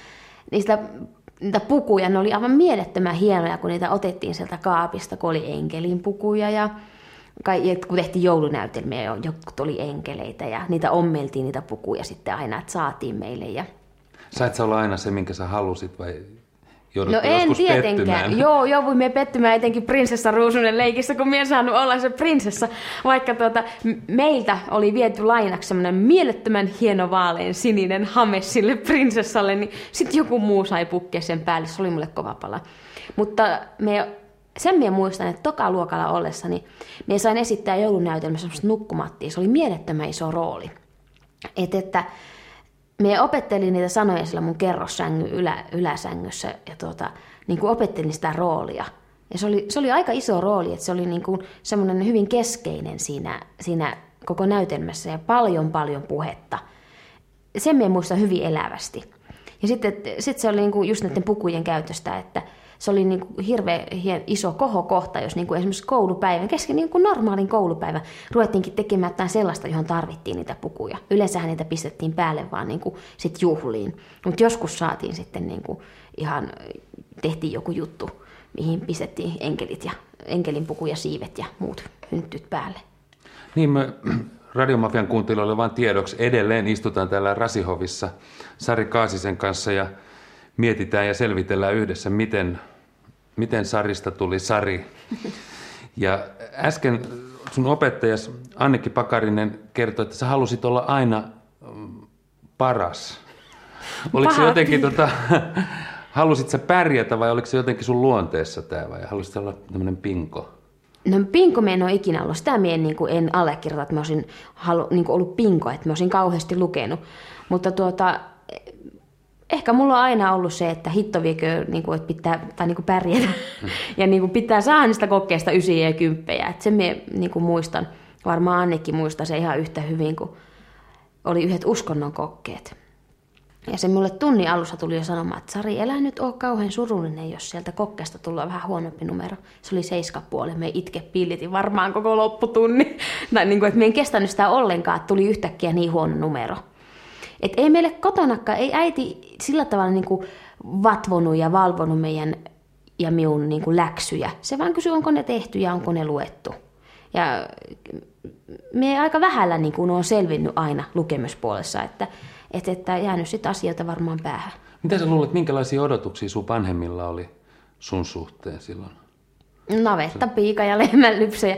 niitä pukuja, ne oli aivan mielettömän hienoja, kun niitä otettiin sieltä kaapista, kun oli enkelin pukuja ja kun tehtiin joulunäytelmiä, jotkut oli enkeleitä ja niitä ommeltiin niitä pukuja sitten aina, että saatiin meille. Ja sait sä olla aina se, minkä sä halusit vai joudutko no en joskus tietenkään. pettymään? Joo, jouduin me pettymään etenkin prinsessa Ruusunen leikissä, kun minä en saanut olla se prinsessa. Vaikka meiltä oli viety lainaksi semmoinen mielettömän hieno vaalean sininen hame sille prinsessalle, niin sitten joku muu sai pukkea sen päälle. Se oli mulle kova pala. Mutta sen minä muistan, että tokaluokalla ollessani minä sain esittää joulunäytelmässä semmoista nukkumattia. Se oli mielettömän iso rooli. Että me opettelin niitä sanoja sillä mun kerrossängyn yläsängyssä ja niin kuin opettelin sitä roolia. Ja se oli aika iso rooli, että se oli niin kuin semmoinen hyvin keskeinen siinä koko näytelmässä ja paljon puhetta. Sen me muistan hyvin elävästi. Ja sitten se oli niin kuin just näiden pukujen käytöstä, että se oli niin kuin hirveän iso kohokohta, jos niin kuin esimerkiksi koulupäivän, kesken niin kuin normaalin koulupäivän, ruvettiinkin tekemään jotain sellaista, johon tarvittiin niitä pukuja. Yleensähän niitä pistettiin päälle vaan niin kuin sit juhliin. Mutta joskus saatiin sitten niin kuin ihan, tehtiin joku juttu, mihin pistettiin enkelit ja enkelinpuku ja siivet ja muut hynttyt päälle. Niin, me Radiomafian kuuntelijoille vain tiedoksi edelleen istutaan täällä Rasihovissa Sari Kaasisen kanssa ja mietitään ja selvitellään yhdessä, miten Sarista tuli Sari. Ja äsken sun opettajas Annikki Pakarinen kertoi, että sä halusit olla aina paras. Oliko se jotenkin, halusit sä pärjätä vai oliko se jotenkin sun luonteessa tämä vai halusit olla tämmöinen pinko? No pinko me en ole ikinä ollut. Sitä me en allekirjoita, että mä olisin ollut pinko, että mä olisin kauheasti lukenut. Mutta ehkä mulla on aina ollut se, että hitto viekö, että pitää pärjätä ja pitää saada niistä kokeista 9 ja 10. Että sen minä muistan, varmaan Annikki muistaa se ihan yhtä hyvin, kun oli yhdet uskonnon kokkeet. Ja se mulle tunnin alussa tuli jo sanomaan, että Sari, elä nyt ole kauhean surullinen, jos sieltä kokkeesta tulee vähän huonompi numero. Se oli 7,5, me itke pillitin varmaan koko lopputunni. Tai että me en kestänyt sitä ollenkaan, että tuli yhtäkkiä niin huono numero. Että ei meille kotonakaan, ei äiti sillä tavalla vatvonut ja valvonut meidän ja minun läksyjä. Se vaan kysyi, onko ne tehty ja onko ne luettu. Ja me aika vähällä on selvinnyt aina lukemispuolessa, että jäänyt sitten asioita varmaan päähän. Mitä sä luulet, minkälaisia odotuksia sun vanhemmilla oli sun suhteen silloin? Navetta, piika ja lehmänlypsejä.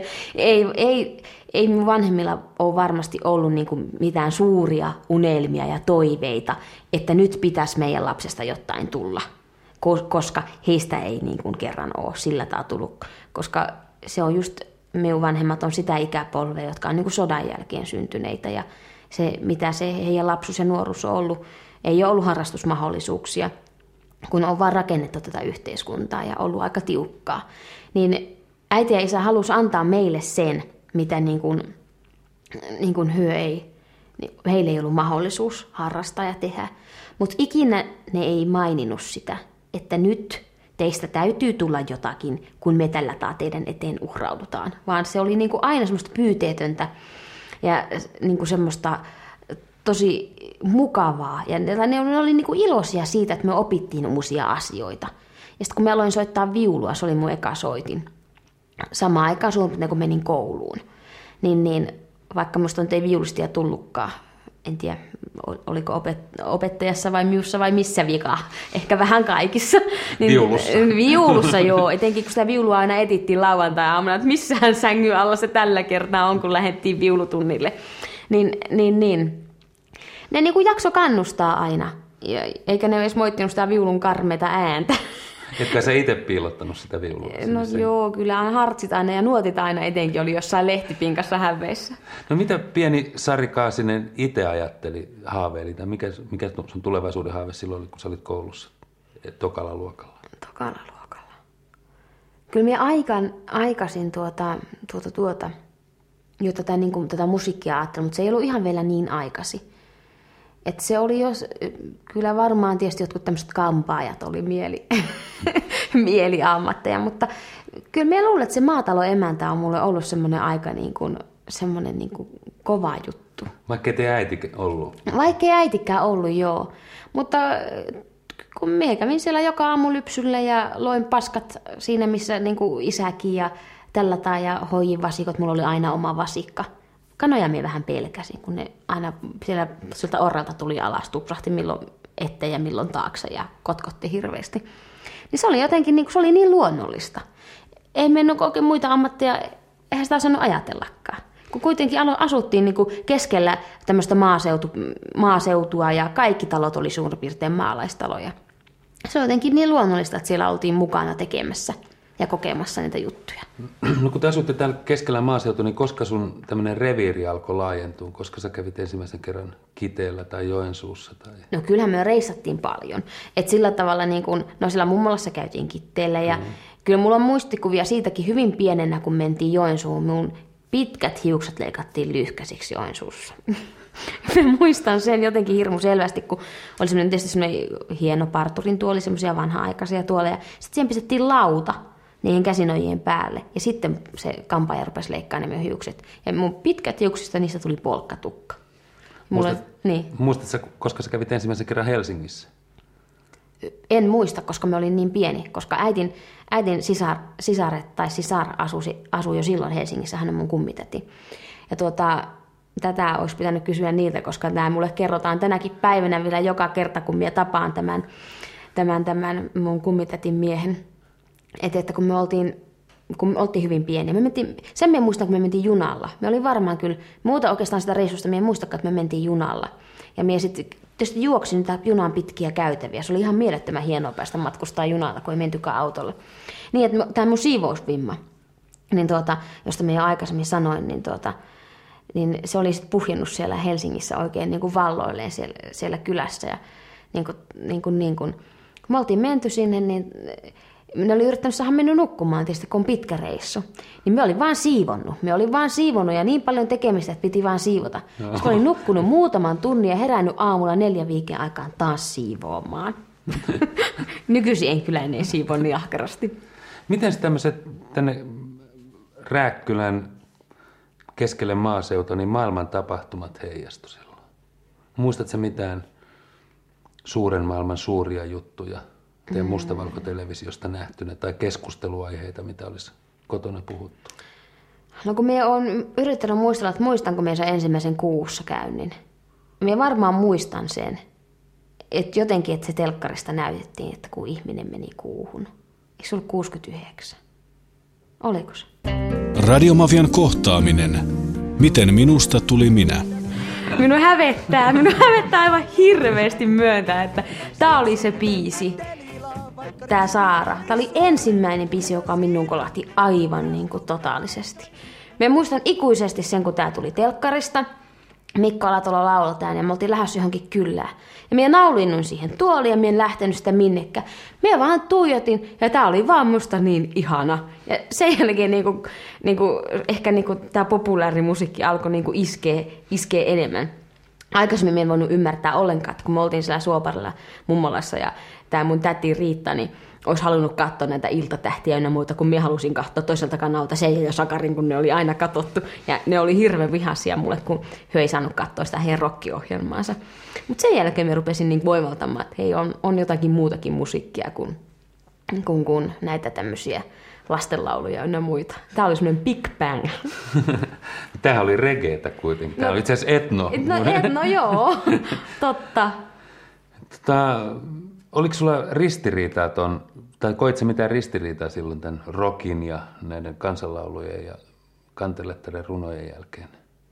Ei mun vanhemmilla ole varmasti ollut mitään suuria unelmia ja toiveita, että nyt pitäisi meidän lapsesta jotain tulla, koska heistä ei kerran ole sillä tavalla tullut. Koska se on just, minun vanhemmat on sitä ikäpolvea, jotka on sodan jälkeen syntyneitä ja se, mitä se heidän lapsuus ja nuoruus on ollut, ei ole ollut harrastusmahdollisuuksia, kun on vaan rakennettu tätä yhteiskuntaa ja ollut aika tiukkaa. Niin äiti ja isä halusi antaa meille sen, mitä heille ei ollut mahdollisuus harrastaa ja tehdä. Mutta ikinä ne ei maininnut sitä, että nyt teistä täytyy tulla jotakin, kun me tällä teidän eteen uhraudutaan. Vaan se oli aina semmoista pyyteetöntä ja semmoista tosi mukavaa. Ja ne oli iloisia siitä, että me opittiin uusia asioita. Ja sitten kun mä aloin soittaa viulua, se oli mun eka soitin. Samaan aikaan suurin kun menin kouluun. Niin vaikka musta ei viulistia tullutkaan en tiedä, oliko opettajassa vai minussa vai missä vika. Ehkä vähän kaikissa. Niin, viulussa. Viulussa, joo. Etenkin kun sitä viulua aina etittiin lauantai-aamuna, että missähän sängyn alla se tällä kertaa on, kun lähdettiin viulutunnille. Niin. Ne niin kuin jakso kannustaa aina. Eikä ne edes moittinut sitä viulun karmeita ääntä. Etkä sä itse piilottanut sitä viulua? No joo, kyllä hartsit aina ja nuotit aina etenkin oli jossain lehtipinkassa häveissä. No mitä pieni Sari Kaasinen itse ajatteli, haaveili, tai mikä sun tulevaisuuden haave silloin oli, kun sä olit koulussa, tokalla luokalla? Tokalla luokalla. Kyllä minä aikaisin jo tätä musiikkia ajattelin, mutta se ei ollut ihan vielä niin aikaisin. Että se oli kyllä varmaan tietysti jotkut tämmöiset kampaajat oli mieliammatteja, mutta kyllä minä luulen, että se maataloemäntä on mulle ollut semmoinen aika semmoinen kova juttu. Vaikka ei äiti ollut? Vaikka ei äitikään ollut, joo. Mutta kun minä kävin siellä joka aamu lypsyllä ja loin paskat siinä, missä isäkin ja tällä ja hoijin vasikot, mulla oli aina oma vasikka. Kanoja minä vähän pelkäsin, kun ne aina sieltä orralta tuli alas, tupsahti milloin eteen ja milloin taakse ja kotkotti hirveästi. Niin se oli jotenkin se oli niin luonnollista. Ei mennyt oikein muita ammatteja, eihän sitä osannut ajatellakaan. Kun kuitenkin asuttiin keskellä tämmöistä maaseutua ja kaikki talot oli suurin piirtein maalaistaloja. Se on jotenkin niin luonnollista, että siellä oltiin mukana tekemässä ja kokemassa niitä juttuja. No kun te asutte täällä keskellä maaseutua, niin koska sun tämmöinen reviiri alkoi laajentua? Koska sä kävit ensimmäisen kerran Kiteellä tai Joensuussa? Tai... No kyllähän me reissattiin paljon. Et sillä tavalla, siellä mummolassa käytiin Kitteellä ja kyllä mulla on muistikuvia siitäkin hyvin pienenä, kun mentiin Joensuuhun. Mun pitkät hiukset leikattiin lyhkäisiksi Joensuussa. Mä muistan sen jotenkin hirmu selvästi, kun oli semmoinen hieno parturin tuoli, semmoisia vanha-aikaisia tuoleja. Sitten siihen pistettiin lauta niihin käsinojien päälle. Ja sitten se kampaaja rupesi leikkaamaan ne hiukset. Ja mun pitkät hiuksista niistä tuli polkkatukka. Muistatko, koska sä kävit ensimmäisen kerran Helsingissä? En muista, koska mä olin niin pieni. Koska äitin sisar asui jo silloin Helsingissä. Hän on mun kummitäti. Ja tätä olisi pitänyt kysyä niiltä, koska tämä mulle kerrotaan tänäkin päivänä vielä joka kerta, kun minä tapaan tämän mun kummitätin miehen. Että kun me oltiin hyvin pieniä. Sen minä muistan, kun me mentiin junalla. Me oli varmaan kyllä, muuta oikeastaan sitä reissusta, minä en muistakaan, että me mentiin junalla. Ja minä sitten tietysti juoksin niitä junan pitkiä käytäviä. Se oli ihan mielettömän hienoa päästä matkustaa junalla, kun ei mentykään autolla. Niin, että tämä mun siivousvimma, niin josta minä jo aikaisemmin sanoin, niin se oli sitten puhjennut siellä Helsingissä oikein valloilleen siellä kylässä. Ja kun me oltiin menty sinne, niin ne oli yrittänyt saada mennä nukkumaan tietysti, kun on pitkä reissu. Niin me olin vaan siivonnut ja niin paljon tekemistä, että piti vaan siivota. Sitten olin nukkunut muutaman tunnin ja herännyt aamulla 4 viikon aikaan taas siivoamaan. Nykyisin en kyllä enää siivo niin ahkerasti. Miten tämmöiset tänne Rääkkylän keskelle maaseutua, niin maailman tapahtumat heijastu silloin? Muistatko mitään suuren maailman suuria juttuja? Teidän mustavalkotelevisiosta nähtynä tai keskusteluaiheita, mitä olisi kotona puhuttu? No kun minä olen yrittänyt muistella, että muistanko minä sen ensimmäisen kuussa käynnin. Minä varmaan muistan sen, että jotenkin, että se telkkarista näytettiin, että kun ihminen meni kuuhun. Eikö se ollut 69? Oliko se? Radiomafian kohtaaminen. Miten minusta tuli minä? Minun hävettää aivan hirveästi myöntää, että tämä oli se biisi. Tämä Saara. Tämä oli ensimmäinen biisi, joka minun kolahti aivan totaalisesti. Mä muistan ikuisesti sen, kun tämä tuli telkkarista. Mikko Alatalo lauloi tämän ja me oltiin lähdössä johonkin kylään. Ja minä naulinnuin siihen tuoliin ja minä en lähtenyt sitä minnekään. Minä vaan tuijotin ja tämä oli vaan musta niin ihana. Ja sen jälkeen ehkä tämä populaarimusiikki alkoi iskee enemmän. Aikaisemmin minä en voinut ymmärtää ollenkaan, että kun me oltiin siellä Suoparilla mummolassa ja tämä mun täti Riitta, niin olisi halunnut katsoa näitä iltatähtiä ja muita, kun minä halusin katsoa toiselta kannalta Seija ja Sakarin, kun ne oli aina katsottu. Ja ne oli hirveän vihaisia mulle, kun he ei saanut katsoa sitä heidän rock-ohjelmaansa. Mutta sen jälkeen minä rupesin voimaltamaan, että hei, on jotakin muutakin musiikkia kuin näitä tämmöisiä lastenlauluja ja muita. Tämä oli semmoinen Big Bang. Tämähän oli regeetä kuitenkin. Tämä oli itse asiassa etno. No joo, totta. Oliko sulla ristiriitaa tai koit sä mitään ristiriitaa silloin tämän rockin ja näiden kansanlaulujen ja kantelettaren runojen jälkeen?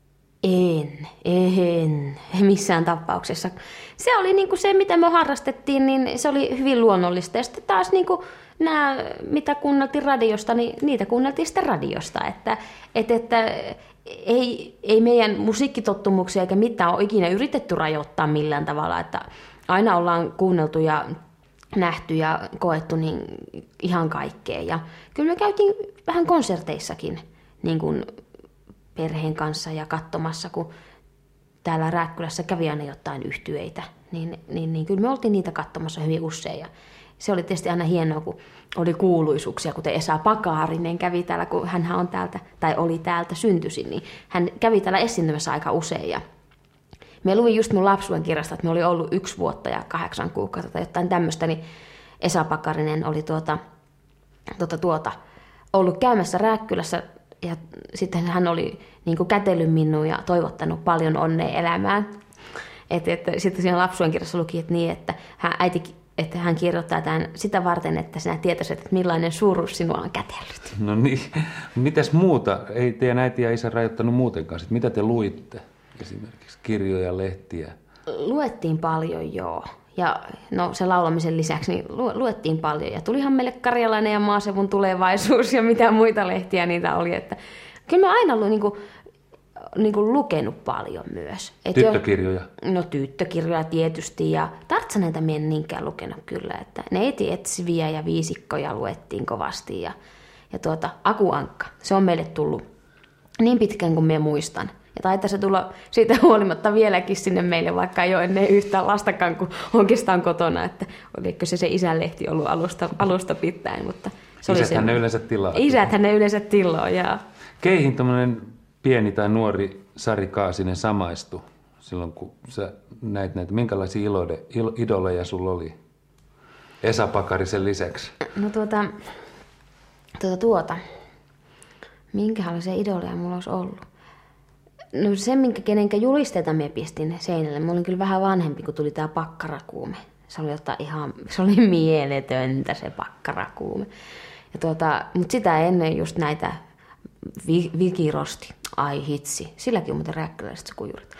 En missään tapauksessa. Se oli niinku se, mitä me harrastettiin, niin se oli hyvin luonnollista. Ja sitten taas niinku nämä, mitä kuunneltiin radiosta, niin niitä kuunneltiin sitten radiosta. Että ei meidän musiikkitottumuksia eikä mitään ole ikinä yritetty rajoittaa millään tavalla. Että aina ollaan kuunneltu ja nähty ja koettu niin ihan kaikkea. Ja kyllä me käytiin vähän konserteissakin niin kuin perheen kanssa ja katsomassa, kun täällä Rääkkylässä kävi aina jotain yhtyeitä, niin kyllä me oltiin niitä katsomassa hyvin usein. Ja se oli tietysti aina hienoa, kun oli kuuluisuuksia, kuten Esa Pakarinen kävi täällä, kun hän on täältä, tai oli täältä syntyisin, niin hän kävi täällä esiintymässä aika usein. Ja me luin just mun lapsuuden kirjasta, että me oli ollut 1 vuotta ja 8 kuukautta tai jotain tämmöistä, niin Esa Pakarinen oli ollut käymässä Rääkkylässä, ja sitten hän oli niin kuin kätellyt minua ja toivottanut paljon onnea elämään. Sitten siinä lapsuuden kirjassa luki, että hän kirjoittaa tämän sitä varten, että sinä tietäisit, että millainen suuruus sinua on kätellyt. No niin. Mitäs muuta? Ei teidän äiti ja isä rajoittanut muutenkaan. Sitten mitä te luitte? Esimerkiksi kirjoja, lehtiä? Luettiin paljon, joo. Ja no se laulamisen lisäksi niin luettiin paljon. Ja tulihan meille Karjalainen ja Maaseudun tulevaisuus ja mitä muita lehtiä niitä oli. Että kyllä mä aina niin kuin lukenut paljon myös. Tyttökirjoja? No tyttökirjoja tietysti ja Tartsaneita mä en niinkään lukenut kyllä. Että Neiti Etsiviä ja Viisikkoja luettiin kovasti ja Aku Ankka. Se on meille tullut niin pitkään kuin mä muistan. Ja taitaa se tulla siitä huolimatta vieläkin sinne meille, vaikka ei ole ennen yhtään lastakaan, kun oikeastaan kotona. Että oliko se isänlehti ollut alusta pitäen. Mutta se Isäthän ne yleensä tilaa. Isäthän ne yleensä tilaa, jaa. Keihin tämmöinen pieni tai nuori Sari Kaasinen samaistui silloin, kun sä näit näitä? Minkälaisia idoleja sulla oli Esa Pakarisen lisäksi? No minkälaisia idoleja mulla olisi ollut? No se, kenenkä julisteita minä pistin seinälle. Mä olin kyllä vähän vanhempi, kun tuli tää pakkarakuume. Se oli mieletöntä se pakkarakuume. Mutta sitä ennen just näitä Vikirosti. Ai hitsi. Silläkin on muuten rääkkyläiset sukujuuret.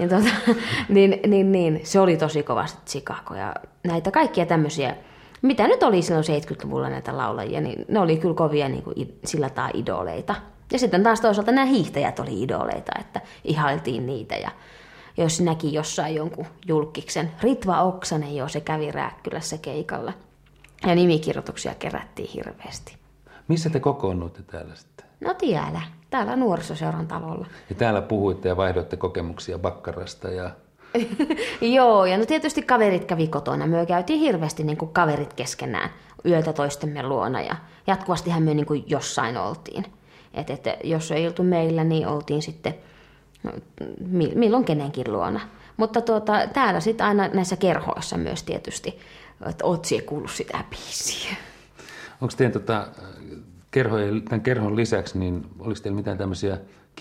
Niin, se oli tosi kovasti Chicago. Ja näitä kaikkia tämmöisiä, mitä nyt oli silloin 70-luvulla näitä laulajia, niin ne oli kyllä kovia niin kuin sillä tavalla idoleita. Ja sitten taas toisaalta nämä hiihtäjät oli idoleita, että ihailtiin niitä. Ja jos näki jossain jonkun julkiksen, Ritva Oksanen se kävi Rääkkylässä keikalla. Ja nimikirjoituksia kerättiin hirveästi. Missä te kokoonnuitte täällä sitten? No täällä nuorisoseuran talolla. Ja täällä puhuitte ja vaihdoitte kokemuksia Bakkarasta ja... Joo, ja no tietysti kaverit kävi kotona. Me käytiin hirveästi niin kuin kaverit keskenään yötä toistemme luona ja jatkuvastihan me niin kuin jossain oltiin. Että jos ei oltu meillä, niin oltiin sitten milloin kenenkin luona. Mutta täällä sitten aina näissä kerhoissa myös tietysti, että oot siellä kuullut sitä biisiä. Onko teidän tämän kerhon lisäksi, niin oliko teillä mitään tämmöisiä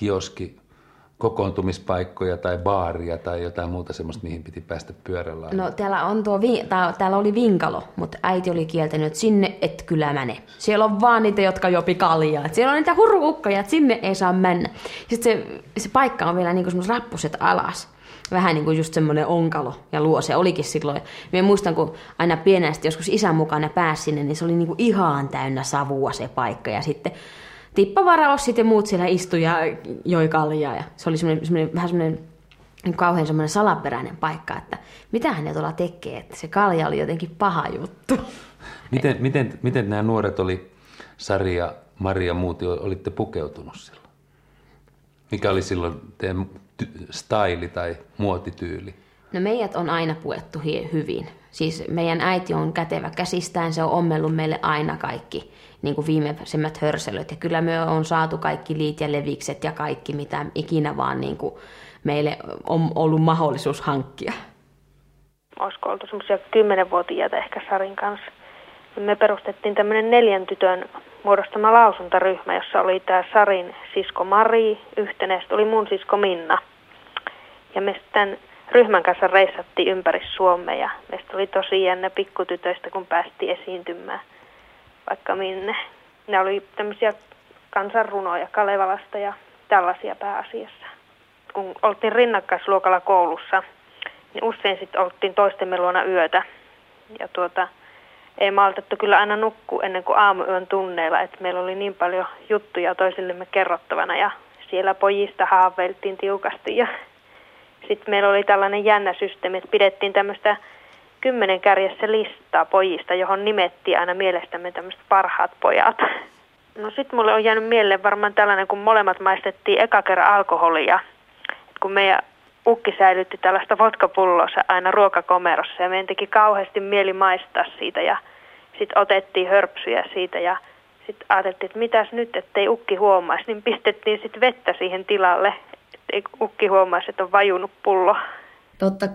kokoontumispaikkoja tai baaria tai jotain muuta semmoista, mihin piti päästä pyörällä? No täällä oli Vinkalo, mutta äiti oli kieltänyt, että sinne et kyllä mene. Siellä on vaan niitä, jotka jopi kaljaa. Siellä on niitä hurukkoja, että sinne ei saa mennä. Sitten se paikka on vielä niin kuin semmoiset rappuset alas. Vähän niin kuin just semmoinen onkalo ja luo se olikin silloin. Minä muistan, kun aina pienesti joskus isän mukana pääsi sinne, niin se oli niin kuin ihan täynnä savua se paikka. Ja sitten Tippavaraossit ja muut siellä istui ja joi kaljaa. Ja se oli vähän semmoinen kauhean semmoinen salaperäinen paikka, että mitähän ne tuolla tekee. Että se kalja oli jotenkin paha juttu. Miten nämä nuoret oli, Sari ja Maria ja muut, olitte pukeutunut silloin? Mikä oli silloin teidän staili tai muotityyli? No meidät on aina puettu hyvin. Siis meidän äiti on kätevä käsistään, se on ommellut meille aina kaikki niin kuin viimeisemmät hörselöt. Ja kyllä me on saatu kaikki liit ja levikset ja kaikki, mitä ikinä vaan niin kuin meille on ollut mahdollisuus hankkia. Olisiko oltu semmoisia 10-vuotiaita ehkä Sarin kanssa. Me perustettiin tämmöinen 4 tytön muodostama lausuntaryhmä, jossa oli tämä Sarin sisko Mari, yhtenä oli mun sisko Minna. Ja me sitten ryhmän kanssa reissattiin ympäri Suomea ja meistä oli tosi jännä pikkutytöistä, kun päästiin esiintymään vaikka minne. Ne oli tämmöisiä kansanrunoja Kalevalasta ja tällaisia pääasiassa. Kun oltiin rinnakkaisluokalla koulussa, niin usein sitten oltiin toistemme luona yötä. Ja ei maltettu kyllä aina nukkua ennen kuin aamuyön tunneilla, että meillä oli niin paljon juttuja toisillemme kerrottavana ja siellä pojista haaveiltiin tiukasti. Ja sitten meillä oli tällainen jännä systeemi, että pidettiin tämmöistä 10 kärjessä listaa pojista, johon nimettiin aina mielestämme tämmöiset parhaat pojat. No sitten mulle on jäänyt mieleen varmaan tällainen, kun molemmat maistettiin eka kerran alkoholia. Et kun meidän ukki säilytti tällaista vodkapullossa aina ruokakomerossa ja meidän teki kauheasti mieli maistaa siitä ja sitten otettiin hörpsyjä siitä ja sitten ajateltiin, että mitäs nyt, ettei ukki huomaisi, niin pistettiin sitten vettä siihen tilalle, ettei ukki huomaisi, että on vajunut pullo. Totta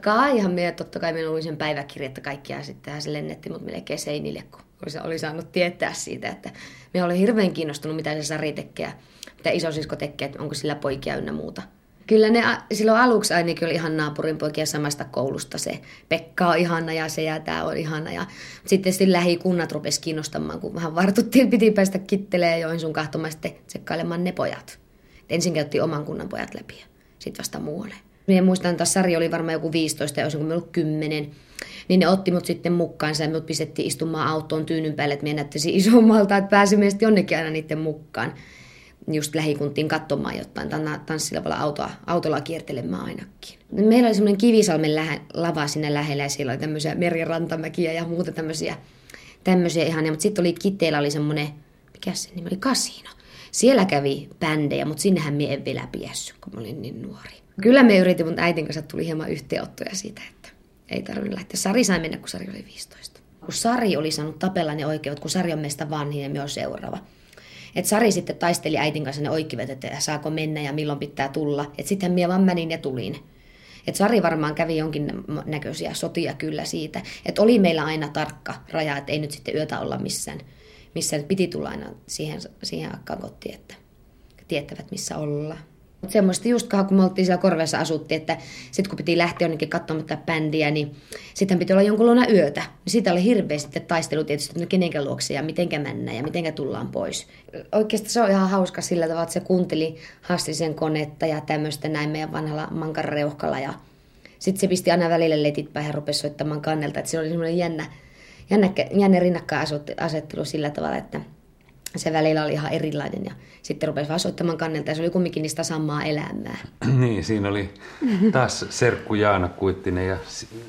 kai meillä oli sen päiväkirjetta kaikkia sitten se lennettiin mut melkein seinille, kun oli saanut tietää siitä, että me oli hirveän kiinnostunut, mitä se Sari tekee, mitä isosisko tekee, että onko sillä poikia ynnä muuta. Kyllä ne silloin aluksi ainakin oli ihan naapurin poikia samasta koulusta. Se Pekka on ihana ja se ja tämä on ihana. Ja sitten lähikunnat rupesi kiinnostamaan, kun vähän vartuttiin, piti päästä kittelemään Joensuun kahtomaan sitten tsekkailemaan ne pojat. Ensin käytiin oman kunnan pojat läpi ja sitten vasta muualle. Minä muistan, että Sari oli varmaan joku 15 ja olisin kuin 10. Niin ne otti mut sitten mukaansa ja mut pistettiin istumaan autoon tyynyn päälle, että minä näyttäisin isommalta, että pääsimme sitten jonnekin aina niiden mukaan. Just lähikuntiin katsomaan jotain, tanssilavalla autolla kiertelemään ainakin. Meillä oli semmoinen Kivisalmen lava sinne lähellä ja siellä oli tämmöisiä merirantamäkiä ja muuta tämmöisiä ihania. Mutta sitten oli Kiteellä oli semmoinen, mikä se nimi oli, Kasino. Siellä kävi bändejä, mutta sinnehän me en vielä päässyt, kun mä olin niin nuori. Kyllä me yritin, mutta äitin kanssa tuli hieman yhteenottoja siitä, että ei tarvinnut lähteä. Sari sai mennä, kun Sari oli 15. Kun Sari oli saanut tapella ne oikeudet, kun Sari on meistä vanhin ja me on seuraava. Et Sari sitten taisteli äitin kanssa ne oikeudet, että saako mennä ja milloin pitää tulla. Et sittenhän minä vaan menin ja tulin. Et Sari varmaan kävi jonkin näköisiä sotia kyllä siitä. Että oli meillä aina tarkka raja, että ei nyt sitten yötä olla missään piti tulla aina siihen akkaan kotiin, että tietävät missä ollaan. Mutta semmoista just kun me oltiin siellä Korvessa asuttiin, että sitten kun piti lähteä jonnekin katsomaan bändiä, niin sitten piti olla jonkun luona yötä. Niin siitä oli hirveä sitten taistelu tietysti, että no kenenkä luokse ja mitenkä mennään ja mitenkä tullaan pois. Oikeastaan se on ihan hauska sillä tavalla, että se kuunteli Hassisen konetta ja tämmöistä näin meidän vanhalla mankarareuhkalla. Ja sitten se pisti aina välillä letit päähän ja rupesi soittamaan kannelta. Että se oli semmoinen jännä rinnakkainasettelu sillä tavalla, että se välillä oli ihan erilainen ja sitten rupesi vaan soittamaan kannelta ja se oli kumminkin niistä samaa elämää. Niin, siinä oli taas serkku Jaana Kuittinen ja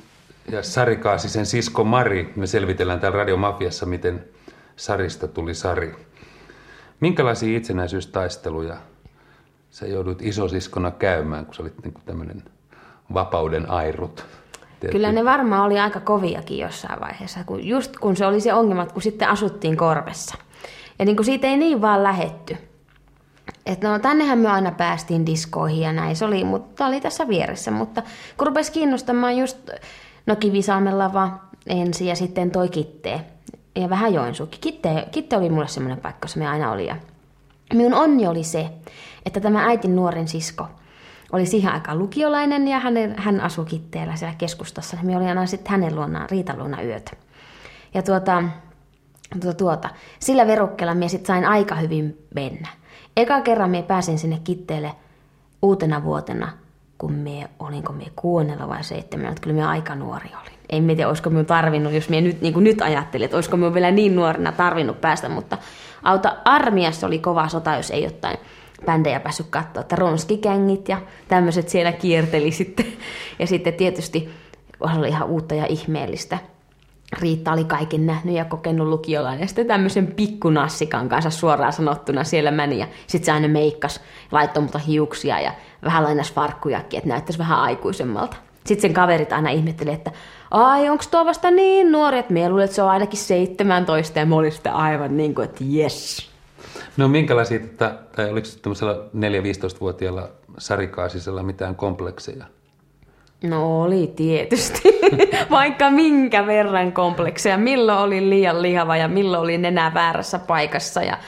Sari Kaasisen sisko Mari. Me selvitellään täällä Radiomafiassa, miten Sarista tuli Sari. Minkälaisia itsenäisyystaisteluja sä joudut isosiskona käymään, kun sä olit niin kuin tämmöinen vapauden airut? Kyllä ne varmaan oli aika koviakin jossain vaiheessa, just kun se oli se ongelma, kun sitten asuttiin Korvessa. Ja niin kuin siitä ei niin vaan lähetty. Että no tännehän me aina päästiin diskoihin ja näin se oli, mutta oli tässä vieressä. Mutta kun rupesi kiinnostamaan just Kivisalmen lava ensin ja sitten toi Kittee ja vähän Joensuukin. Kitte oli mulle semmoinen paikka, jossa me aina oli. Ja minun onni oli se, että tämä äitin nuoren sisko oli siihen aikaan lukiolainen ja hän asui Kitteellä siellä keskustassa. Me oli aina sitten hänen luonaan, Riitan luona yötä. Ja sillä verukkeella minä sitten sain aika hyvin mennä. Eka kerran minä pääsin sinne Kitteelle uutena vuotena, kun olinko minä 6 vai 7, että kyllä minä aika nuori olin. En tiedä, olisiko minun tarvinnut, jos minä nyt ajattelin, että olisiko minun vielä niin nuorena tarvinnut päästä, mutta armiassa oli kova sota, jos ei jotain bändejä päässyt katsoa, että ronskikängit ja tämmöiset siellä kierteli sitten. Ja sitten tietysti oli ihan uutta ja ihmeellistä. Riitta oli kaiken nähnyt ja kokenut lukiolainen ja sitten tämmöisen pikkunassikan kanssa suoraan sanottuna siellä meni ja sitten se aina meikkas, laittoi muuta hiuksia ja vähän lainas farkkujakin, että näyttäisi vähän aikuisemmalta. Sitten sen kaverit aina ihmetteli, että ai onko tuo vasta niin nuori, että minä luulen, että se on ainakin 17 ja mä olin sitten aivan niin kuin, että jes. No minkälaisia, tai oliko tämmöisellä 4-15-vuotiaalla Sari Kaasisella mitään komplekseja No oli tietysti, vaikka minkä verran komplekseja, milloin oli liian lihava ja milloin oli nenä väärässä paikassa ja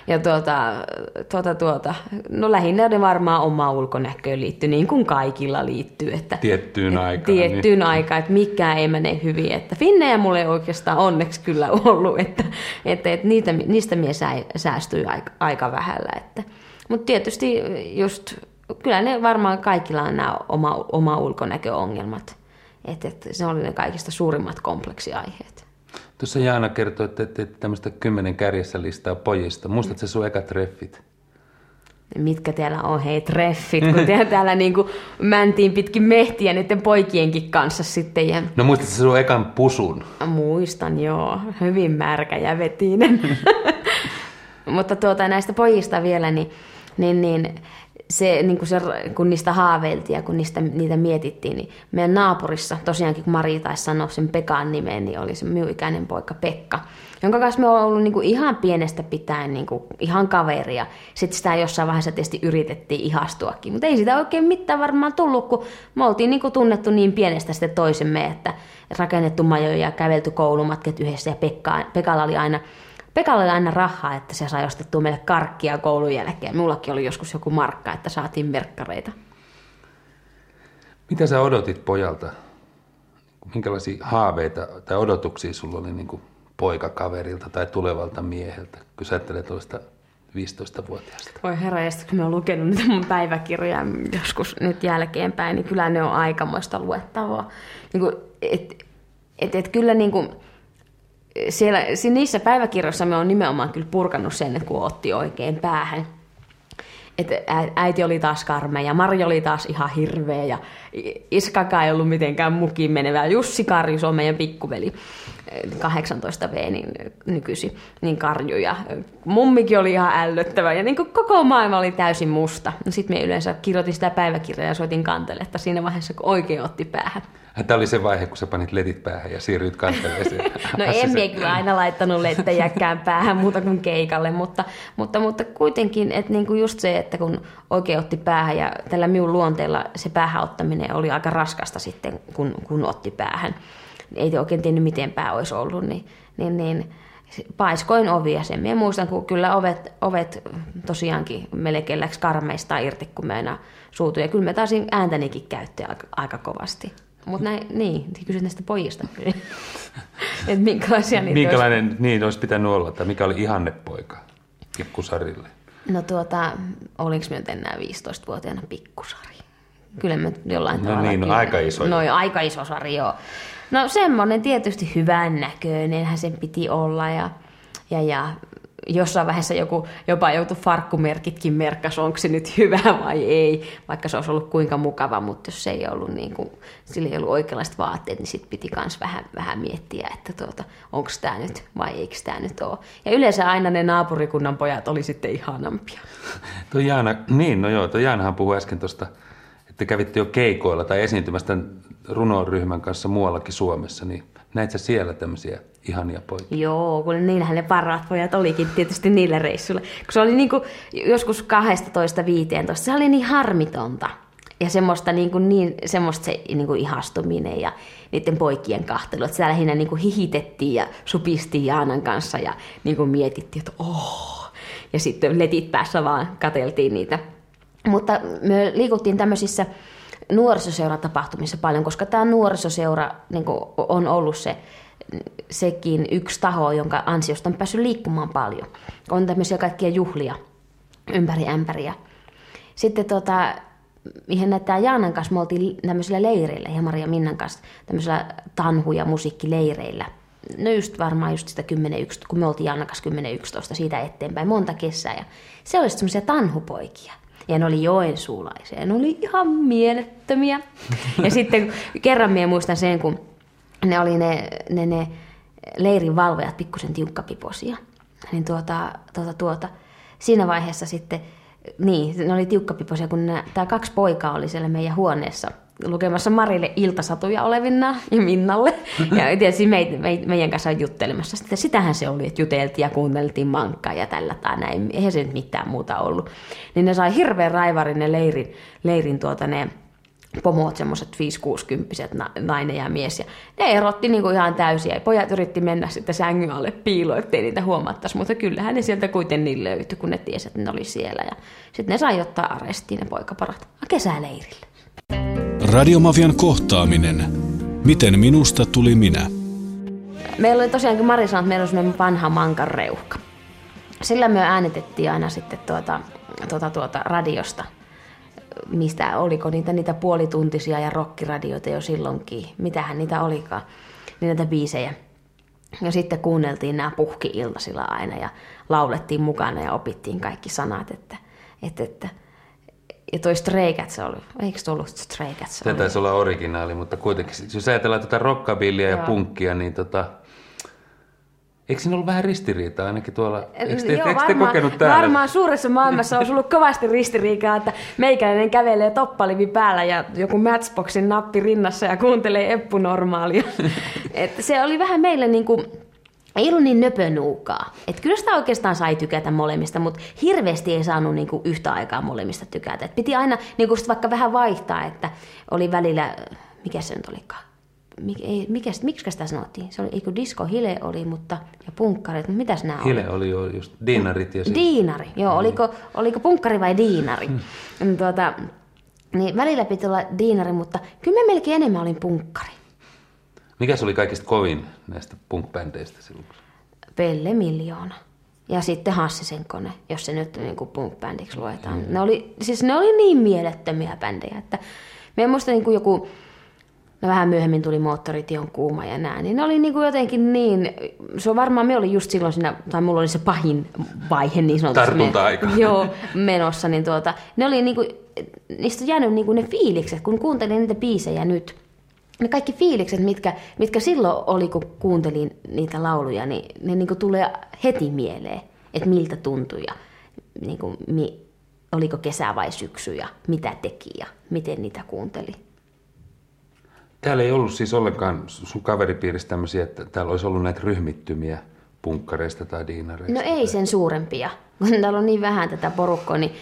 no lähinnä ne varmaan omaan ulkonäköön liittyy, niin kuin kaikilla liittyy. Että, tiettyyn aikaan. Tiettyyn aikaan, että mikään ei mene hyvin. Että finnejä mulla ei oikeastaan onneksi kyllä ollut, että niistä mie säästyi aika vähällä. Mutta tietysti just, kyllä ne varmaan kaikilla on nämä oma ulkonäköongelmat. Että se oli ne kaikista suurimmat kompleksiaiheet. Tuossa Jaana kertoi, että teet tämmöistä 10 kärjessä listaa pojista. Muistatko se sun eka treffit? Mitkä täällä on, hei, treffit, kun täällä niinku mäntiin pitkin mehtiä niiden poikienkin kanssa sitten. Ja... No muistatko se sun ekan pusun? Muistan, joo. Hyvin märkä ja vetinen. Mutta näistä pojista vielä, niin se, niin kuin se, kun niistä haaveiltiin ja kun niitä mietittiin, niin meidän naapurissa, tosiaankin kun Mari taisi sanoa sen Pekan nimeen, niin oli se minun ikäinen poika Pekka, jonka kanssa me ollaan ollut niin kuin ihan pienestä pitäen niin kuin ihan kaveria. Sitten sitä jossain vaiheessa tietysti yritettiin ihastuakin, mutta ei sitä oikein mitään varmaan tullut, kun me oltiin niin kuin tunnettu niin pienestä sitten toisemme, että rakennettu majoja ja kävelty koulumatket yhdessä ja Pekalla oli aina rahaa, että se sai ostettua meille karkkia koulun jälkeen. Minullakin oli joskus joku markka, että saatiin merkkareita. Mitä sä odotit pojalta? Minkälaisia haaveita tai odotuksia sulla oli niin kuin poikakaverilta tai tulevalta mieheltä, kun sä ajattelet tuosta 15-vuotiaasta? Oi herranjestas, kun mä oon lukenut nyt mun päiväkirjoja joskus nyt jälkeenpäin, niin kyllä ne on aikamoista luettavaa. Niin kyllä niin kuin... Niissä päiväkirjoissa me on nimenomaan kyllä purkanut sen, että kun otti oikein päähän. Että äiti oli taas karmea ja Marjo oli taas ihan hirveä ja Iskakaan ei ollut mitenkään mukiin menevää. Jussi Karjus on meidän pikkuveli, 18V niin nykyisin, niin Karju ja mummikin oli ihan ällöttävä ja niin kuin koko maailma oli täysin musta. Sitten me yleensä kirjoitin sitä päiväkirjaa ja soitin kanteletta siinä vaiheessa, kun oikein otti päähän. Tämä oli se vaihe, kun sä panit letit päähän ja siirryit kanteleeseen. No en minä kyllä aina laittanut lettejäkään päähän muuta kuin keikalle, mutta kuitenkin, että niinku just se, että kun oikein otti päähän ja tällä minun luonteella se päähän ottaminen oli aika raskasta sitten, kun otti päähän. Ei oikein tiennyt, miten pää olisi ollut, niin paiskoin ovia sen. Minä muistan, kun kyllä ovet tosiaankin melkein läks karmeista irti, kun me enää suutui. Ja kyllä me taisin ääntänikin käyttää aika kovasti. Mutta niin, kysyt näistä pojista kyllä. Että minkälaisia niitä minkälainen niin olisi pitänyt olla, tai mikä oli ihannepoika pikkusarille? No olinko me nyt enää 15-vuotiaana pikkusari? Kyllä me jollain tavalla. No niin, no aika iso. No aika iso sari, joo. No semmoinen tietysti hyvän näköinenhän sen piti olla ja jossain vaiheessa jopa joutui farkkumerkitkin merkkas, onko se nyt hyvä vai ei, vaikka se olisi ollut kuinka mukava, mutta jos se ei ollut sillä ei ollut oikeanlaiset vaatteet, niin sitten piti myös vähän miettiä, että onko tämä nyt vai eikö tämä nyt ole. Ja yleensä aina ne naapurikunnan pojat oli sitten ihanampia. Tuo Jaanahan puhui äsken tuosta, että kävitte jo keikoilla tai esiintymästä runoryhmän kanssa muuallakin Suomessa, niin näit sä siellä tämmöisiä ihania poikia? Joo, kun niillähän ne parhaat pojat olikin tietysti niillä reissuilla. Kun se oli joskus 12-15, se oli niin harmitonta. Ja semmoista, semmoista se ihastuminen ja niiden poikien kahtelu. Että sitä lähinnä hihitettiin ja supistiin Jaanan kanssa ja mietittiin, että ja sitten letit päässä vaan katseltiin niitä. Mutta me liikuttiin tämmöisissä nuorisoseuratapahtumissa paljon, koska tämä nuorisoseura on ollut sekin yksi taho, jonka ansiosta on päässyt liikkumaan paljon. On tämmöisiä kaikkia juhlia ympäri ämpäriä. Sitten ihan tämä Jaanan kanssa me oltiin tämmöisillä leireillä, ja Maria Minnan kanssa tämmöisillä tanhu- ja musiikkileireillä. No varmaan sitä 10-11, kun me oltiin Jaanan kanssa 10-11 siitä eteenpäin, monta kesää. Ja se oli semmoisia tanhupoikia. Ja ne oli joensuulaisia. Ne oli ihan mielettömiä. Ja sitten kerran minä muistan sen, kun ne oli ne leirin valvojat pikkusen tiukkapiposia. Niin siinä vaiheessa sitten, ne oli tiukkapiposia, kun tämä 2 poikaa oli siellä meidän huoneessa lukemassa Marille iltasatuja olevinaan ja Minnalle. Ja tietysti meidän kanssa juttelemassa. Sitten sitähän se oli, että juteltiin ja kuunneltiin mankkaa ja tällä tai näin. Eihän se nyt mitään muuta ollut. Niin ne sai hirveän raivarin ne leirin ne pomot, semmoiset 5-60 nainen ja mies. Ja ne erotti niin kuin ihan täysin. Ja pojat yritti mennä sitten sängyn alle piiloon, ettei niitä huomattaisi. Mutta kyllähän ne sieltä kuitenkin löytyi, kun ne tiesi, että ne oli siellä. Ja sitten ne sai ottaa arestiin ne poikaparat kesäleirille. Radiomafian kohtaaminen. Miten minusta tuli minä? Meillä oli tosiaankin Mari sanoi, että meillä oli semmoinen vanha mankan reuhka. Sillä me äänitettiin aina sitten radiosta. Mistä oliko niitä puolituntisia ja rockiradioita jo silloinkin. Mitähän niitä olikaan, niin näitä biisejä. Ja sitten kuunneltiin nämä puhki-iltasilla aina ja laulettiin mukana ja opittiin kaikki sanat. Ja toi Stray Cats oli, eikö se ollut Stray Cats? Se taisi olla originaali, mutta kuitenkin, jos ajatellaan tätä rockabilia ja punkkia, niin eikö siinä ollut vähän ristiriitaa ainakin tuolla? Eikö te kokenut täällä? Varmaan suuressa maailmassa on ollut kovasti ristiriitaa, että meikäläinen kävelee toppalivi päällä ja joku Matchboxin nappi rinnassa ja kuuntelee Eppu-normaalia. Että se oli vähän meille niinku, ei ollut niin nöpönuukaa. Että kyllä sitä oikeastaan sai tykätä molemmista, mutta hirveästi ei saanut niinku yhtä aikaa molemmista tykätä. Et piti aina niinku vaikka vähän vaihtaa, että oli välillä, mikä se nyt olikaan? Miksi sitä sanottiin? Se oli, eikö disco Hile oli, mutta ja punkkarit, mutta mitäs nämä oli? Hile oli jo just diinarit ja diinari, joo, oliko punkkari vai diinari? Niin välillä piti olla diinari, mutta kyllä mä melkein enemmän olin punkkari. Mikäs oli kaikista kovin näistä punk-bändeistä silloin? Pelle Miljoona. Ja sitten Hassisen kone, jos se nyt niin kuin punk-bändiksi luetaan. Ne oli niin mielettömiä bändejä, että mä en muista niin kuin joku. No vähän myöhemmin tuli Moottorition kuuma ja nää, niin ne oli niinku jotenkin niin, se on varmaan, me oli just silloin siinä, tai mulla oli se pahin vaihe niin sanotusti. Tartunta-aika. Joo, menossa, niin ne oli niinku, niistä on jäänyt niinku ne fiilikset, kun kuuntelin niitä biisejä nyt. Ne kaikki fiilikset, mitkä silloin oli, kun kuuntelin niitä lauluja, niin ne niinku tulee heti mieleen, että miltä tuntui ja niinku, oliko kesä vai syksy ja mitä teki ja miten niitä kuunteli. Täällä ei ollut siis ollenkaan sun kaveripiirissä tämmöisiä, että täällä olisi ollut näitä ryhmittymiä punkkareista tai diinareista? No ei sen suurempia. Kun täällä on niin vähän tätä porukkoa, niin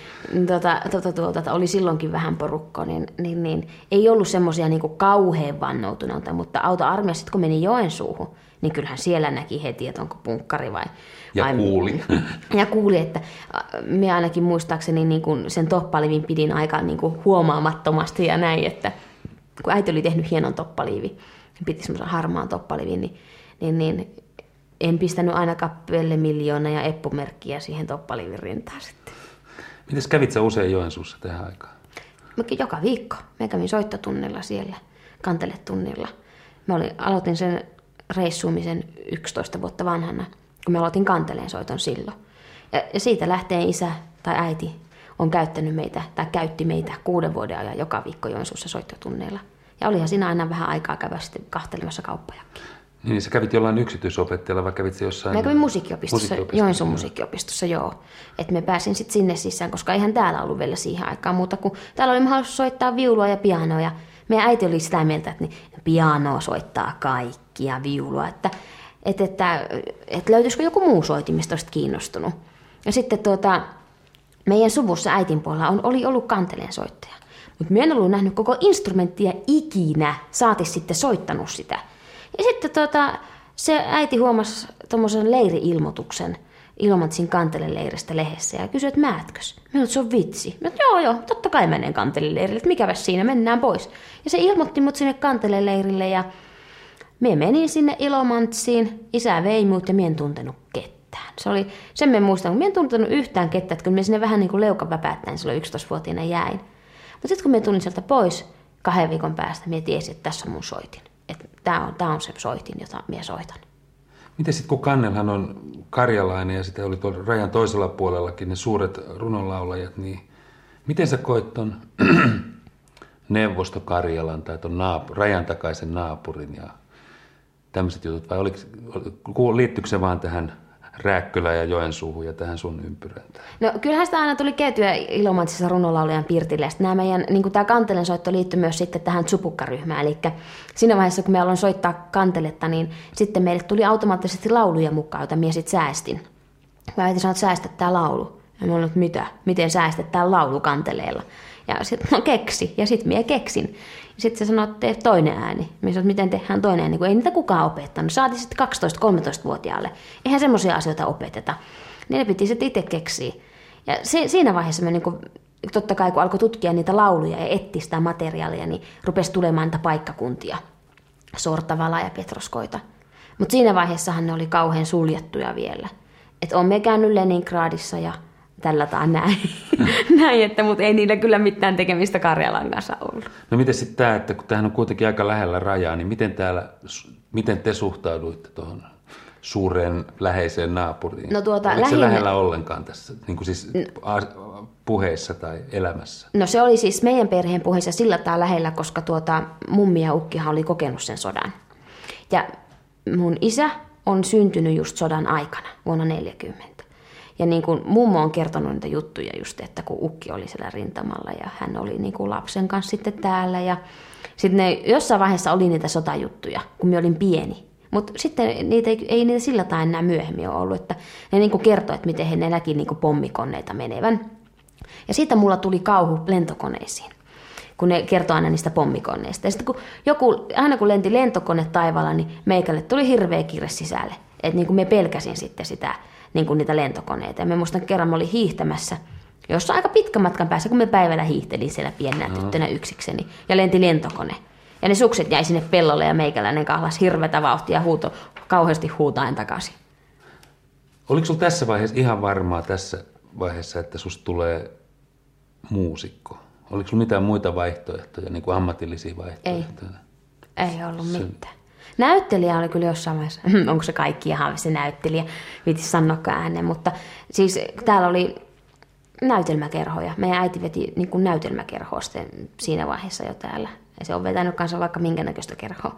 oli silloinkin vähän porukkoa, niin ei ollut semmoisia niin kauhean vannoutuneita, mutta auto-armeija sitten kun meni Joensuuhun, niin kyllähän siellä näki heti, että onko punkkari vai... kuuli. Ja kuuli, että minä ainakin muistaakseni niin kuin sen toppalivin pidin aika niin kuin huomaamattomasti ja näin, että kun äiti oli tehnyt hienon toppaliivin, piti semmoisen harmaan toppalivin, niin en pistänyt ainakaan Pelle Miljoona ja Eppu-merkkiä siihen toppaliivin rintaan sitten. Mites kävit sä usein Joensuussa tähän aikaan? Joka viikko. Mä kävin soittotunnilla siellä, kanteletunnilla. Aloitin sen reissuumisen 11 vuotta vanhana, kun mä aloitin kanteleen soiton silloin. Ja siitä lähtien isä tai äiti on käyttänyt meitä, tai käytti meitä 6 vuoden ajan joka viikko Joensuussa soittotunneilla. Ja olihan siinä aina vähän aikaa käydä sitten kahtelemassa kauppajakin. Niin, sä kävit jollain yksityisopettajalla vai kävit se jossain? Mä kävin musiikkiopistossa, Joensuun musiikkiopistossa, joo. Että me pääsin sitten sinne sisään, koska eihän täällä ollut vielä siihen aikaan muuta kuin täällä oli mahdollisuus soittaa viulua ja pianoa. Ja meidän äiti oli sitä mieltä, että pianoa soittaa kaikkia viulua, että löytyisikö joku muu soitimista, olisit kiinnostunut. Ja sitten meidän suvussa äitin puolella oli ollut kanteleen soittaja. Mutta mä en ollut nähnyt koko instrumenttia ikinä, saati sitten soittanut sitä. Ja sitten se äiti huomasi tuommoisen leiri-ilmoituksen Ilomantsin kanteleleiristä lehdessä ja kysyi, että määtkös? Mä sanoin, se on vitsi. Mä sanoin, joo, totta kai menen kanteleleirille, että mikäväs siinä, mennään pois. Ja se ilmoitti mut sinne kanteleleirille ja mä menin sinne Ilomantsiin, isä vei mut ja mä en tuntenut ketään. Sen mä muistan, kun mä en tuntenut yhtään ketään, että kun mä sinne vähän niin kuin leukaväpäättäin silloin 11-vuotiaana jäin. Mutta sitten kun mä tulin sieltä pois 2 viikon päästä, mä tiesin, että tässä on mun soitin. Että tää on se soitin, jota mä soitan. Miten sitten, kun Kannelhan on karjalainen ja sitten oli tuolla rajan toisella puolellakin ne suuret runonlaulajat, niin miten sä koit ton Neuvosto-Karjalan tai ton rajan takaisen naapurin ja tämmöiset jutut, vai liittyykö se vaan tähän Rääkkylään ja Joensuuhun ja tähän sun ympyrään? No kyllähän sitä aina tuli käytyä Ilomantsissa runolaulujan pirtille. Nämä meidän, niin tämä kantelen soitto liittyi myös sitten tähän tsupukkaryhmään. Eli siinä vaiheessa, kun me aloin soittaa kanteletta, niin sitten meille tuli automaattisesti lauluja mukaan, joita minä sitten säästin. Mä äiti sanoi, että säästä tämä laulu. Ja mä olin, että mitä? Miten säästetään laulukanteleella? Ja sitten no keksi. Ja sitten minä keksin. Sitten se sanoi, että tee toinen ääni. Minä sanoin, miten tehdään toinen ääni, kun ei niitä kukaan opettanut. Saatiin sitten 12-13-vuotiaalle. Eihän semmoisia asioita opeteta. Niin ne piti sitten itse keksiä. Ja siinä vaiheessa me niinku, totta kai kun alkoi tutkia niitä lauluja ja etsiä sitä materiaalia, niin rupesi tulemaan niitä paikkakuntia. Sortavalaa ja Petroskoita. Mutta siinä vaiheessahan ne oli kauhean suljettuja vielä. Että on me käynyt Leningradissa ja tällä tai näin. Mutta ei niillä kyllä mitään tekemistä Karjalan kanssa ollut. No miten sitten tämä, että kun tämähän on kuitenkin aika lähellä rajaa, niin miten te suhtauduitte tuohon suureen läheiseen naapuriin? No oliko se lähellä ollenkaan tässä, niin kuin siis puheissa tai elämässä? No se oli siis meidän perheen puheissa sillä tavalla lähellä, koska mummi ja ukkihan oli kokenut sen sodan. Ja mun isä on syntynyt just sodan aikana, vuonna 1940. Ja niin kuin mummo on kertonut niitä juttuja just, että kun ukki oli siellä rintamalla ja hän oli niin kuin lapsen kanssa sitten täällä. Ja sitten ne jossain vaiheessa oli niitä sotajuttuja, kun minä olin pieni. Mutta sitten ei niitä sillä tavalla enää myöhemmin ole ollut, että ne niin kuin kertoi, että miten he näki niin kuin pommikoneita menevän. Ja siitä mulla tuli kauhu lentokoneisiin, kun ne kertoi aina niistä pommikoneista. Ja sitten aina kun lenti lentokone taivaalla, niin meikälle tuli hirveä kiire sisälle. Että niin kuin me pelkäsin sitten sitä, niin kuin niitä lentokoneita. Ja me muistan kerran mä olin hiihtämässä, jossa aika pitkän matkan päässä, kun me päivällä hiihtelin siellä pienenä tyttönä yksikseni. Ja lenti lentokone. Ja ne sukset jäi sinne pellolle ja meikäläinen kahlas hirveätä vauhtia ja kauheasti huutaen takaisin. Oliko sinulla tässä vaiheessa ihan varmaa että susta tulee muusikko? Oliko sinulla mitään muita vaihtoehtoja, niin kuin ammatillisia vaihtoehtoja? Ei ollut mitään. Näyttelijä oli kyllä jossain vaiheessa, onko se kaikki ihan se näyttelijä, viitisi sanoakaan ääneen, mutta siis täällä oli näytelmäkerhoja. Meidän äiti veti niin kuin näytelmäkerhoa siinä vaiheessa jo täällä. Ja se on vetänyt kanssa vaikka minkä näköistä kerhoa.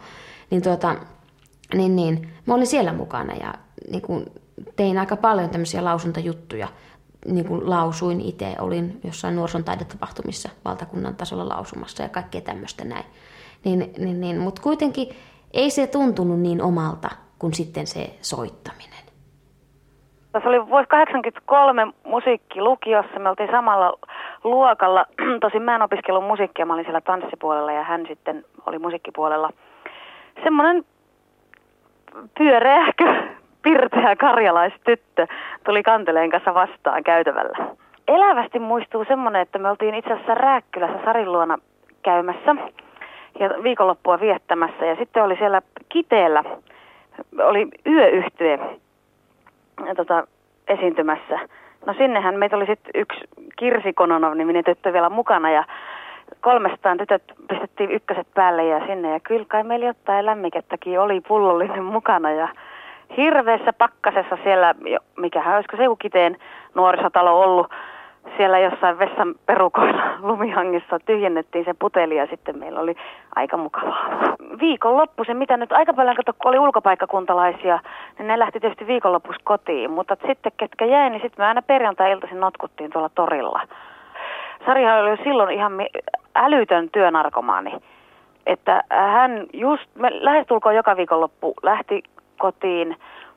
Niin, mä olin siellä mukana ja niin kuin tein aika paljon tämmöisiä lausuntajuttuja. Niin kuin lausuin itse, olin jossain nuorisotaidetapahtumissa valtakunnan tasolla lausumassa ja kaikkea tämmöistä näin. Mutta kuitenkin ei se tuntunut niin omalta kuin sitten se soittaminen. Se oli vuosi 1983 musiikkilukiossa. Me oltiin samalla luokalla. Tosin mä en opiskellut musiikkia, mä olin siellä tanssipuolella ja hän sitten oli musiikkipuolella. Semmoinen pyöreähkö, pirteä karjalaistyttö tuli kanteleen kanssa vastaan käytävällä. Elävästi muistuu semmoinen, että me oltiin itse asiassa Rääkkylässä Sarin luona käymässä ja viikonloppua viettämässä. Ja sitten oli siellä Kiteellä, oli yöyhtye esiintymässä. No sinnehän meitä oli sitten yksi Kirsi Kononov-niminen tyttö vielä mukana ja 300 tytöt pistettiin ykköset päälle ja sinne. Ja kyllä kai meillä jotain lämmikettäkin oli pullollinen mukana ja hirveässä pakkasessa siellä, mikähän olisiko se joku Kiteen nuorisotalo ollut, siellä jossain vessan perukoilla lumihangissa tyhjennettiin se puteli ja sitten meillä oli aika mukavaa. Viikonloppuisin, mitä nyt aika paljon kun oli ulkopaikkakuntalaisia, niin ne lähti tietysti viikonlopuksi kotiin, mutta sitten ketkä jäi, niin sitten me aina perjantai-iltaisin notkuttiin tuolla torilla. Sarihan oli jo silloin ihan älytön työnarkomaani, että hän just, lähestulkoon joka viikonloppu lähti kotiin,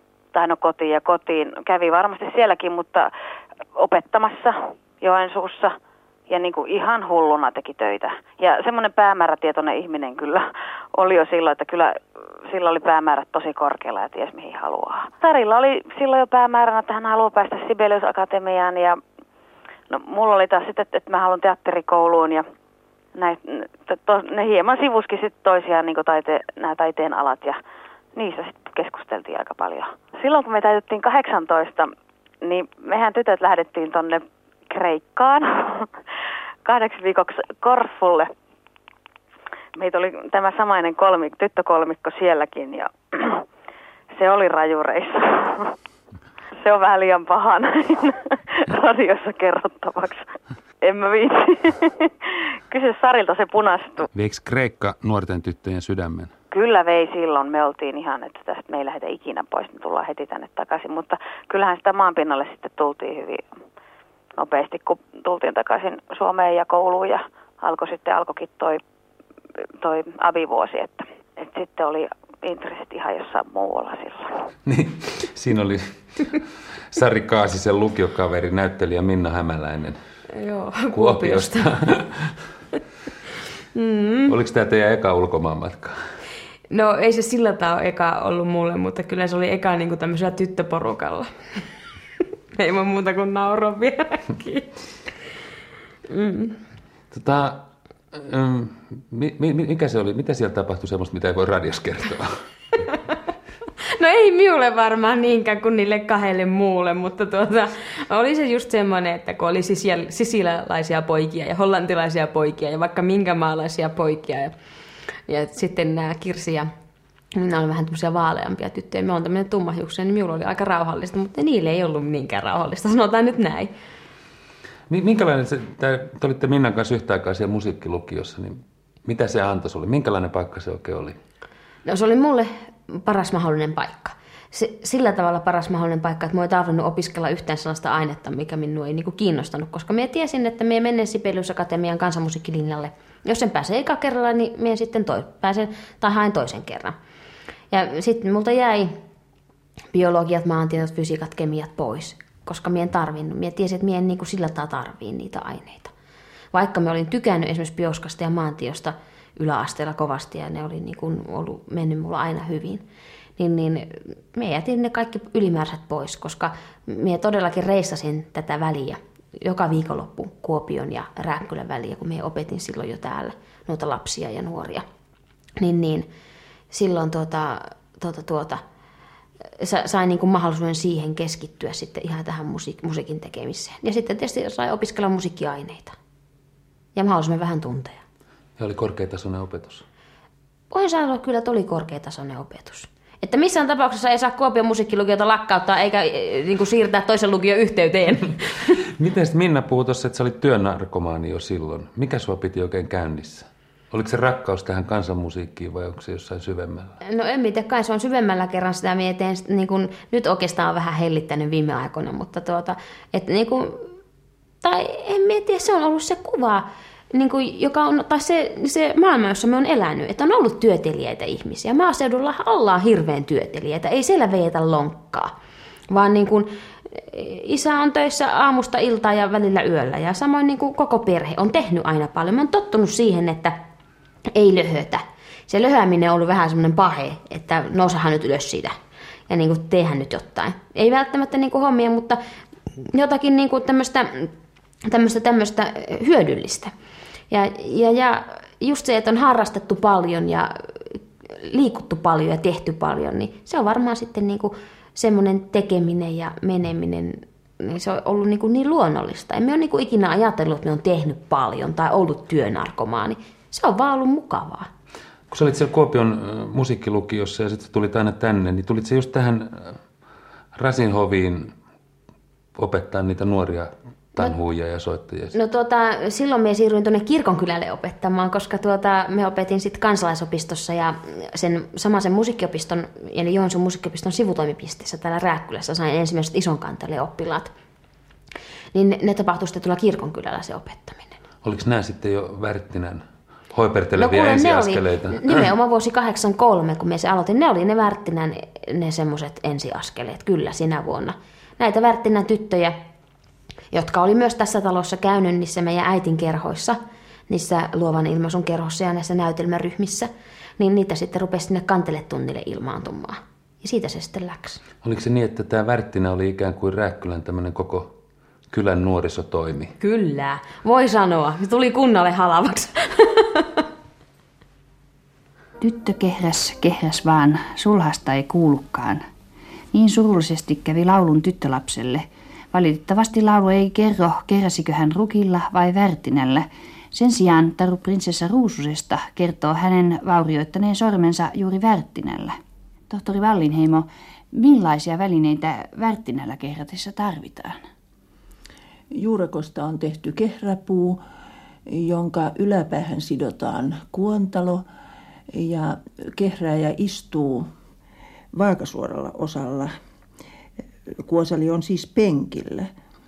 kävi varmasti sielläkin, mutta opettamassa Joensuussa ja niin kuin ihan hulluna teki töitä. Ja semmoinen päämäärätietoinen ihminen kyllä oli jo silloin, että kyllä sillä oli päämäärät tosi korkealla ja ties mihin haluaa. Sarilla oli silloin jo päämääränä, että hän haluaa päästä Sibelius Akatemiaan ja no, mulla oli taas sitten, että mä haluan teatterikouluun ja ne hieman sivuskin sitten toisiaan niin kuin nämä taiteen alat ja niissä sitten keskusteltiin aika paljon. Silloin kun me täytettiin 18, niin mehän tytöt lähdettiin tonne Kreikkaan 8 viikoksi Korfulle. Meitä oli tämä samainen tyttökolmikko sielläkin ja se oli rajureissa. Se on vähän liian paha näin radiossa kerrottavaksi. En mä viitsi. Kysy Sarilta, se punastui. Veikö Kreikka nuorten tyttöjen sydämen? Kyllä vei silloin. Me oltiin ihan, että tästä me ei lähdetä ikinä pois, me tullaan heti tänne takaisin. Mutta kyllähän sitä maanpinnalle sitten tultiin hyvin nopeasti, kun tultiin takaisin Suomeen ja kouluun ja alkoikin toi abivuosi. Että sitten oli intressit ihan jossain muualla silloin. Niin, siinä oli Sari Kaasisen lukiokaveri, näyttelijä Minna Hämäläinen. Joo, Kuopiosta. Oliko tämä teidän eka ulkomaanmatka? No ei se sillä tavalla eka ollut mulle, mutta kyllä se oli eka niin kuin tämmöisellä tyttöporukalla. Ei voi muuta kuin nauraa vieläkin. Mikä se oli? Mitä siellä tapahtui semmoista, mitä ei voi radiossa kertoa? No ei minulle varmaan niinkään kuin niille kahdelle muulle, mutta oli se just semmoinen, että kun oli sisiläläisiä poikia ja hollantilaisia poikia ja vaikka minkä maalaisia poikia ja sitten nämä Kirsi ja minä olen vähän tämmöisiä vaaleampia tyttöjä. Minä olen tämmöinen tummahiuksia, niin minulla oli aika rauhallista, mutta niille ei ollut niinkään rauhallista, sanotaan nyt näin. Minkälainen te olitte Minnan kanssa yhtä aikaa siellä musiikkilukiossa, niin mitä se antoi sinulle? Minkälainen paikka se oikein oli? No se oli mulle paras mahdollinen paikka. Sillä tavalla paras mahdollinen paikka, että minua ei tarvinnut opiskella yhtään sellaista ainetta, mikä minua ei kiinnostanut, koska minä tiesin, että minä menen Sibelius Akatemian kansanmusiikkilinjalle. Jos en pääse eka kerralla, niin minä sitten pääsen tai haen toisen kerran. Ja sitten multa jäi biologiat, maantietot, fysiikat, kemiat pois, koska minä en tarvinnut. Minä tiesin, että minä en sillä tavalla tarvii niitä aineita. Vaikka minä olin tykännyt esimerkiksi bioskasta ja maantiosta yläasteella kovasti ja ne oli mennyt mulla aina hyvin, niin minä jätin ne kaikki ylimääräiset pois, koska minä todellakin reissasin tätä väliä joka viikonloppu Kuopion ja Rääkkylän väliä, kun minä opetin silloin jo täällä noita lapsia ja nuoria. Niin silloin sain mahdollisuuden siihen keskittyä sitten ihan tähän musiikin tekemiseen. Ja sitten tietysti sai opiskella musiikkiaineita ja mahdollisimman vähän tunteja. Ja oli korkeatasoinen opetus? Voin sanoa kyllä, että oli korkeatasoinen opetus. Että missään tapauksessa ei saa Kuopion musiikkilukiota lakkauttaa eikä siirtää toisen lukion yhteyteen. Miten Minna puhui tuossa, että sä olit työnarkomaani jo silloin? Mikä sua piti oikein käynnissä? Oliko se rakkaus tähän kansanmusiikkiin vai onko se jossain syvemmällä? No en tiedä, kai se on syvemmällä kerran sitä mietin. Nyt oikeastaan on vähän hellittänyt viime aikoina, mutta tai en tiedä, se on ollut se kuva, joka on, tai se maailma, jossa me on elänyt, että on ollut työteliäitä ihmisiä. Maaseudulla ollaan hirveän työteliäitä, ei siellä vejetä lonkkaa, vaan isä on töissä aamusta iltaan ja välillä yöllä ja samoin koko perhe on tehnyt aina paljon. Mä oon tottunut siihen, että ei löhötä. Se löhääminen on ollut vähän semmoinen pahe, että nousahan nyt ylös siitä ja teehän nyt jotain. Ei välttämättä hommia, mutta jotakin tämmöistä hyödyllistä. Ja just se, että on harrastettu paljon ja liikuttu paljon ja tehty paljon, niin se on varmaan sitten semmoinen tekeminen ja meneminen, niin se on ollut niin luonnollista. En ole ikinä ajatellut, että ne on tehnyt paljon tai ollut työnarkomaani. Se on vaan ollut mukavaa. Kun sä olit siellä Kuopion musiikkilukiossa ja sitten tulit aina tänne, niin tulit sä just tähän Rasinhoviin opettaa niitä nuoria tanhuujia ja soittajia? No silloin minä siirryin tuonne Kirkonkylälle opettamaan, koska me opetin sitten kansalaisopistossa ja sen samaisen musiikkiopiston, eli Joensuun musiikkiopiston sivutoimipisteessä täällä Rääkkylässä sain ensimmäiset ison kanteleen oppilaat. Niin ne tapahtui sitten tuolla Kirkonkylällä se opettaminen. Oliko nämä sitten jo Värttinän hoipertelevia ensiaskeleita? Nimenomaan vuosi 1983, kun minä se aloitin, ne oli ne Värttinän ne semmoiset ensiaskeleet, kyllä sinä vuonna. Näitä Värttinän tyttöjä, jotka oli myös tässä talossa käynyt niissä meidän äitin kerhoissa, niissä luovan ilmaisun kerhossa ja näissä näytelmäryhmissä, niin niitä sitten rupesi sinne kanteletunnille ilmaantumaan. Ja siitä se sitten läksi. Oliko se niin, että tämä Värttinä oli ikään kuin Rääkkylän tämmöinen koko kylän nuorisotoimi? Kyllä, voi sanoa. Se tuli kunnalle halavaksi. Tyttö kehräs vaan, sulhasta ei kuulukaan. Niin surullisesti kävi laulun tyttölapselle. Valitettavasti laulu ei kerro, kehräsikö hän Rukilla vai Värttinällä. Sen sijaan taru prinsessa Ruususesta kertoo hänen vaurioittaneen sormensa juuri Värttinällä. Tohtori Wallinheimo, millaisia välineitä Värttinällä kehrätessä tarvitaan? Juurakosta on tehty kehräpuu, jonka yläpäähän sidotaan kuontalo ja kehrääjä istuu vaakasuoralla osalla. Kuosali on siis penkillä.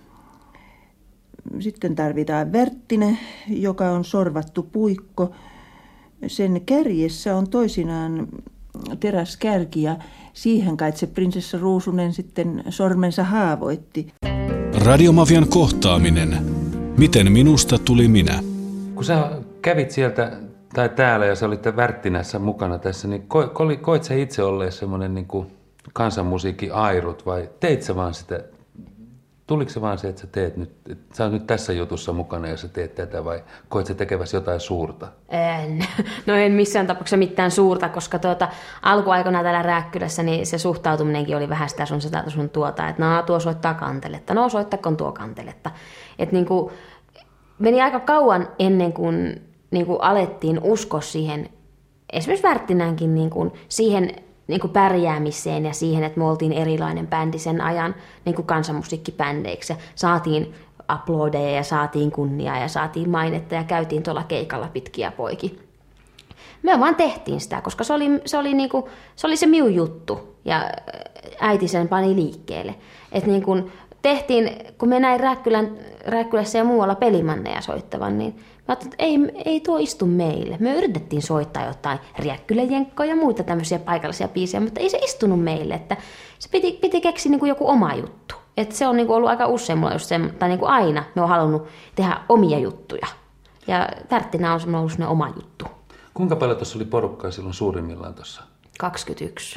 Sitten tarvitaan värttinä, joka on sorvattu puikko. Sen kärjessä on toisinaan teräskärki ja siihen kai se prinsessa Ruusunen sitten sormensa haavoitti. Radiomafian kohtaaminen. Miten minusta tuli minä? Kun sä kävit sieltä tai täällä ja sä olit Värttinässä mukana tässä, niin koit sä itse olleen semmoinen niin kuin kansanmusiikin airut vai teit sä vaan sitä? Tuliko se vaan se, että sä teet nyt, että sä oot nyt tässä jutussa mukana ja sä teet tätä vai koet sä tekeväsi jotain suurta? No en missään tapauksessa mitään suurta, koska alkuaikana täällä Rääkkylässä niin se suhtautuminenkin oli vähän sitä sun tuota, että no tuo soittaa kanteletta, no soittakoon tuo kanteletta. Että niin kuin meni aika kauan ennen kuin alettiin uskoa siihen, esimerkiksi Värttinänkin niin kuin siihen niin kuin pärjäämiseen ja siihen, että me oltiin erilainen bändi sen ajan niin kuin kansanmusiikkibändeiksi. Saatiin aplodeja ja saatiin kunniaa ja saatiin mainetta ja käytiin tuolla keikalla pitkiä poikin. Me vaan tehtiin sitä, koska se oli se minun juttu ja äiti sen pani liikkeelle. Että niin kuin tehtiin, kun me näin Rääkkylässä ja muualla pelimanneja soittavan, niin mä ajattelin, että ei tuo istu meille. Me yritettiin soittaa jotain Rääkkyläjenkkoja ja muita tämmöisiä paikallisia biisejä, mutta ei se istunut meille. Että se piti keksiä niin kuin joku oma juttu. Että se on niin kuin ollut aika usein mulla just tai niin kuin aina me on halunnut tehdä omia juttuja. Ja Värttinä on ollut semmoinen oma juttu. Kuinka paljon tuossa oli porukkaa silloin suurimmillaan tuossa? 21.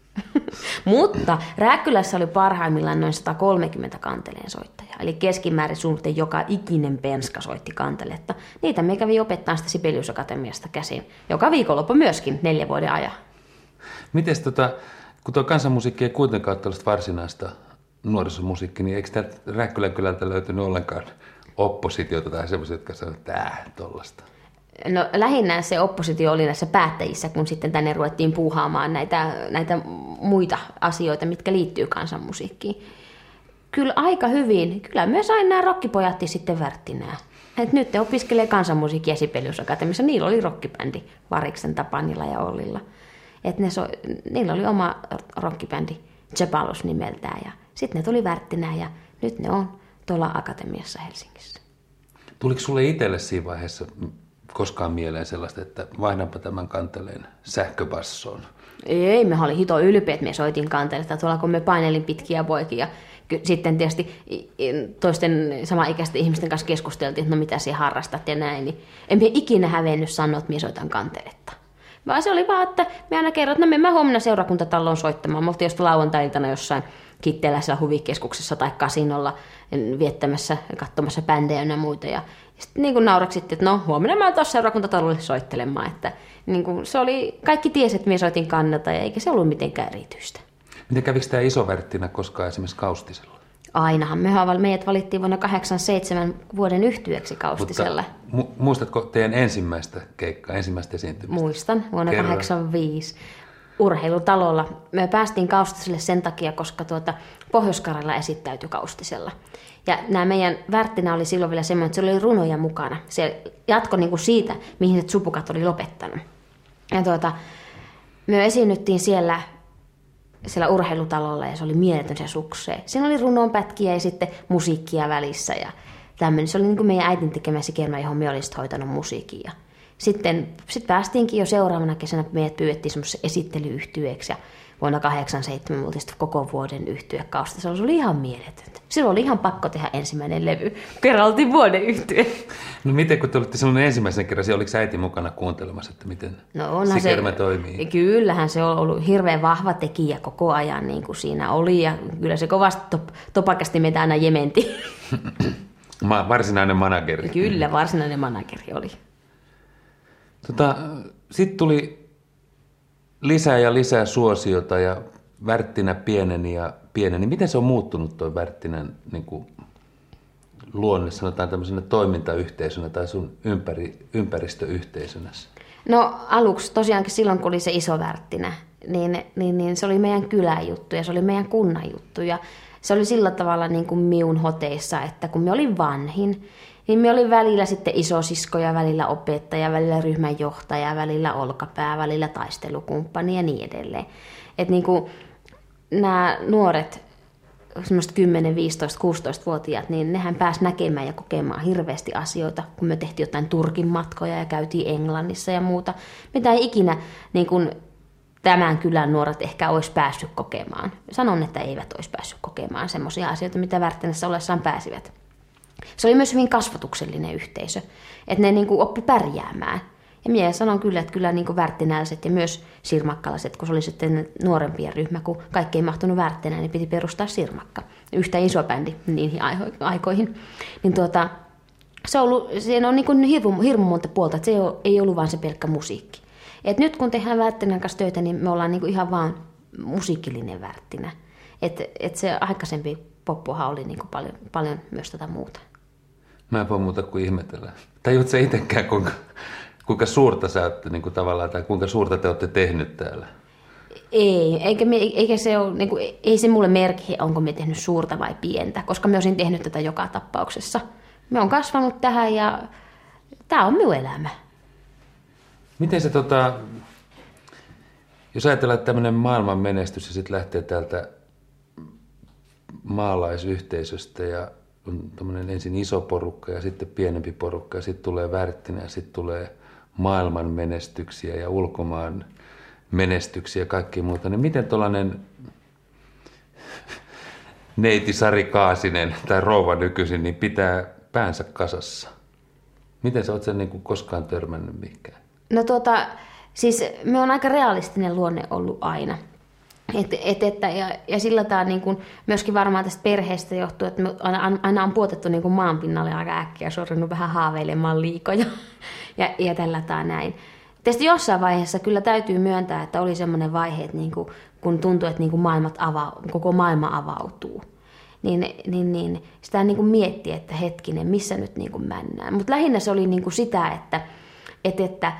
Mutta Rääkkylässä oli parhaimmillaan noin 130 kanteleen soittajaa. Eli keskimäärin suunnilleen joka ikinen penska soitti kanteletta. Niitä me kävi opettaa sitä Sibelius Akatemiasta käsin. Joka viikonloppu myöskin 4 vuoden ajan. Mites kun tuo kansanmusiikki ei kuitenkaan ole tällaista varsinaista nuorisomusiikkia, niin eikö täältä Rääkkylän kylältä löytynyt ollenkaan oppositiota tai semmoisia, jotka sanoivat, että tollasta? No lähinnä se oppositio oli näissä päättäjissä, kun sitten tänne ruvettiin puuhaamaan näitä muita asioita, mitkä liittyy kansanmusiikkiin. Kyllä aika hyvin. Kyllä myös aina nämä rokkipojat sitten Värttinää. Et nyt ne opiskelee kansanmusiikkia Sibelius Akatemiassa. Niillä oli rockibändi Variksen, Tapanilla ja Ollilla. Niillä oli oma rockibändi Jebalus nimeltään. Ja sitten ne tuli Värttinää ja nyt ne on tuolla Akatemiassa Helsingissä. Tuliko sulle itselle siinä vaiheessa koskaan mieleen sellaista, että vaihdanpa tämän kanteleen sähköbassoon? Ei, me oli hito ylpeä, että me soitin kanteletta tuolla, kun me painelin pitkiä poikia. Sitten tietysti toisten samaikäisten ihmisten kanssa keskusteltiin, että no mitä sinä harrastat ja näin. Niin en me ikinä hävennyt sanoa, että minä soitan kanteletta. Vaan se oli vaan, että me aina kerron, että no mennään huomenna seurakuntataloon soittamaan. Me oltiin just lauantai-iltana jossain Kittelässä huvikeskuksessa tai kasinolla viettämässä, katsomassa bändejä ja muita. Ja sitten niin naureksittiin, että no huomenna mä taas seurakuntatalolle soittelemaan. Että niin kuin se oli, kaikki tiesi, että minä soitin kannata ja eikä se ollut mitenkään erityistä. Miten kävikö tämä iso Värttinä koskaan esimerkiksi Kaustisella? Ainahan. Meidät valittiin vuonna 1987 vuoden yhtyeeksi Kaustisella. Mutta muistatko teidän ensimmäistä keikkaa, ensimmäistä esiintymistä? Muistan, vuonna 1985 urheilutalolla. Me päästiin Kaustiselle sen takia, koska Pohjois-Karjala esittäytyi Kaustisella. Ja nämä meidän Värttinä oli silloin vielä semmoinen, että se oli runoja mukana. Se jatkoi niin kuin siitä, mihin se Supukat oli lopettanut. Ja me esiinnyttiin siellä urheilutalolla ja se oli mieletön se sukseen. Siinä oli runonpätkiä ja sitten musiikkia välissä ja tämmöinen. Se oli niin kuin meidän äitin tekemä sikermä, johon me olisit hoitanut musiikin. Ja sitten päästiinkin jo seuraavana kesänä, meidät pyydettiin semmoisen esittelyyhtyeeksi ja vuonna 1987 me oltiin koko vuoden yhtye Kaustissa. Se oli ihan mieletöntä. Silloin oli ihan pakko tehdä ensimmäinen levy, kerran oltiin vuoden yhtye. No miten, kun te olitte silloin ensimmäisen kerran, oliko äiti mukana kuuntelemassa, että miten sikermä toimii? Kyllähän se on ollut hirveän vahva tekijä koko ajan, niin kuin siinä oli. Ja kyllä se kovasti topakasti meitä aina jementi. Varsinainen manageri. Kyllä, varsinainen manageri oli. Sitten tuli lisää ja lisää suosiota ja Värttinä pieneni ja pieneni. Miten se on muuttunut tuo Värttinän niin kuin luonne, sanotaan tämmöisenä toimintayhteisönä tai sun ympäristöyhteisönä? No aluksi tosiaankin silloin, kun oli se iso Värttinä, niin se oli meidän kyläjuttu ja se oli meidän kunnan juttu. Ja se oli sillä tavalla niin kuin miun hoteissa, että kun me olin vanhin, niin me oli välillä sitten isosiskoja, välillä opettaja, välillä ryhmänjohtaja, välillä olkapää, välillä taistelukumppani ja niin edelleen. Että niin kuin nämä nuoret, semmoiset 10, 15, 16-vuotiaat, niin nehän pääsi näkemään ja kokemaan hirveästi asioita, kun me tehtiin jotain Turkin matkoja ja käytiin Englannissa ja muuta. Mitä ei ikinä niin kuin tämän kylän nuoret ehkä olisi päässyt kokemaan. Sanon, että eivät olisi päässyt kokemaan semmoisia asioita, mitä Värttinässä ollessaan pääsivät. Se oli myös hyvin kasvatuksellinen yhteisö, että ne niin kuin oppi pärjäämään. Ja minä sanon kyllä, että kyllä niin kuin värttinäläiset ja myös sirmakkalaiset, kun se oli sitten nuorempien ryhmä, kun kaikki ei mahtunut Värttinään, niin piti perustaa Sirmakka. Yhtä iso bändi niihin aikoihin. Niin siinä on niin kuin hirmu monta puolta, että se ei ollut vain se pelkkä musiikki. Et nyt kun tehdään Värttinän kanssa töitä, niin me ollaan niin kuin ihan vaan musiikillinen Värttinä. Et se aikaisempi poppuhan oli niin kuin paljon myös tätä muuta. Mä en voi muuta kuin ihmetellä. Tajuutko sä itsekään, kuinka suurta sä olette niin kuin tavallaan, tai kuinka suurta te olette tehnyt täällä? Eikä se ole, niin kuin, ei se mulle merkki, onko me tehnyt suurta vai pientä, koska me olisin tehnyt tätä joka tapauksessa. Me on kasvanut tähän ja tämä on minun elämä. Miten se, jos ajatellaan, että tämmöinen maailman menestys ja sitten lähtee täältä maalaisyhteisöstä ja on tämmöinen ensin iso porukka ja sitten pienempi porukka ja sitten tulee Värttinä ja sitten tulee maailman menestyksiä ja ulkomaan menestyksiä ja kaikki muuta, niin miten tuollainen neiti Sari Kaasinen tai rouva nykyisin niin pitää päänsä kasassa? Miten sä oot sen niin kuin koskaan törmännyt mihinkään? No siis me on aika realistinen luonne ollut aina. Ja sillä tämä niin kuin myöskin varmaan tästä perheestä johtuu, että me aina on puotettu niin kuin maanpinnalle aika äkkiä ja sorrunut vähän haaveilemaan liikoja ja tällä tai näin. Tietysti jossain vaiheessa kyllä täytyy myöntää, että oli semmoinen vaihe, että niin kuin, kun tuntui, että niin kuin koko maailma avautuu. Niin sitä niin kuin miettii, että hetkinen, missä nyt niin kuin mennään. Mutta lähinnä se oli niin kuin sitä, että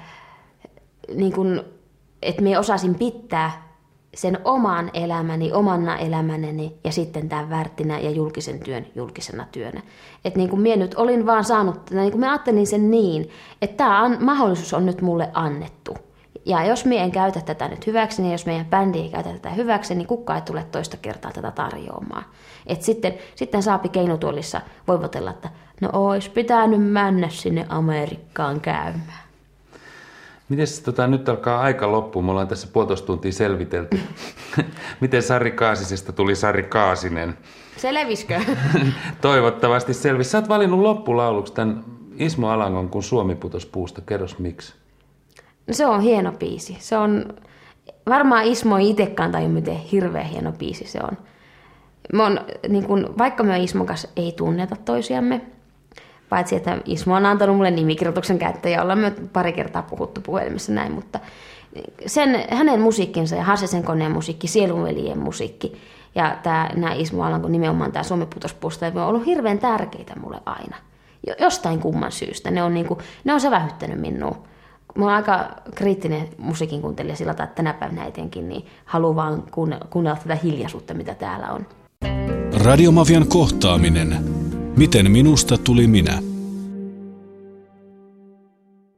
minä osasin pitää sen oman elämäni, omana elämänäni ja sitten tämän Värttinä ja julkisen työn julkisena työnä. Että niin kuin minä nyt olin vaan saanut, niin kuin minä ajattelin sen niin, että tämä mahdollisuus on nyt mulle annettu. Ja jos minä en käytä tätä nyt hyväksi, niin jos meidän bändi ei käytä tätä hyväksi, niin kukaan ei tule toista kertaa tätä tarjoamaan. Että sitten saapi keinutuolissa voivotella, että no ois pitänyt mennä sinne Amerikkaan käymään. Mites nyt alkaa aika loppuun? Me ollaan tässä 1,5 tuntia selvitelty. Miten Sari Kaasisesta tuli Sari Kaasinen? Selviskö? Toivottavasti selvisi. Sä oot valinnut loppulauluksi tämän Ismo Alangon Kun Suomi putos puusta. Kerros miksi? No se on hieno biisi. Se on, varmaan Ismo ei itsekään tajua, miten hirveän hieno biisi se on. Vaikka me Ismon kanssa ei tunneta toisiamme, paitsi että Ismo on antanut mulle nimikirjoituksen käyttöön ja ollaan me pari kertaa puhuttu puhelimessa näin, mutta hänen musiikkinsa ja Hasesen koneen musiikki, Sielunveljen musiikki ja nämä Ismo Alanko nimenomaan tämä Suomi putos puusta on ollut hirveän tärkeitä mulle aina. Jostain kumman syystä. Ne on sävähyttänyt minua. Mä oon aika kriittinen musiikin kuuntelija sillä tavalla, että tänä päivänä etenkin niin haluan vaan kuunnella tätä hiljaisuutta, mitä täällä on. Radiomafian kohtaaminen. Miten minusta tuli minä?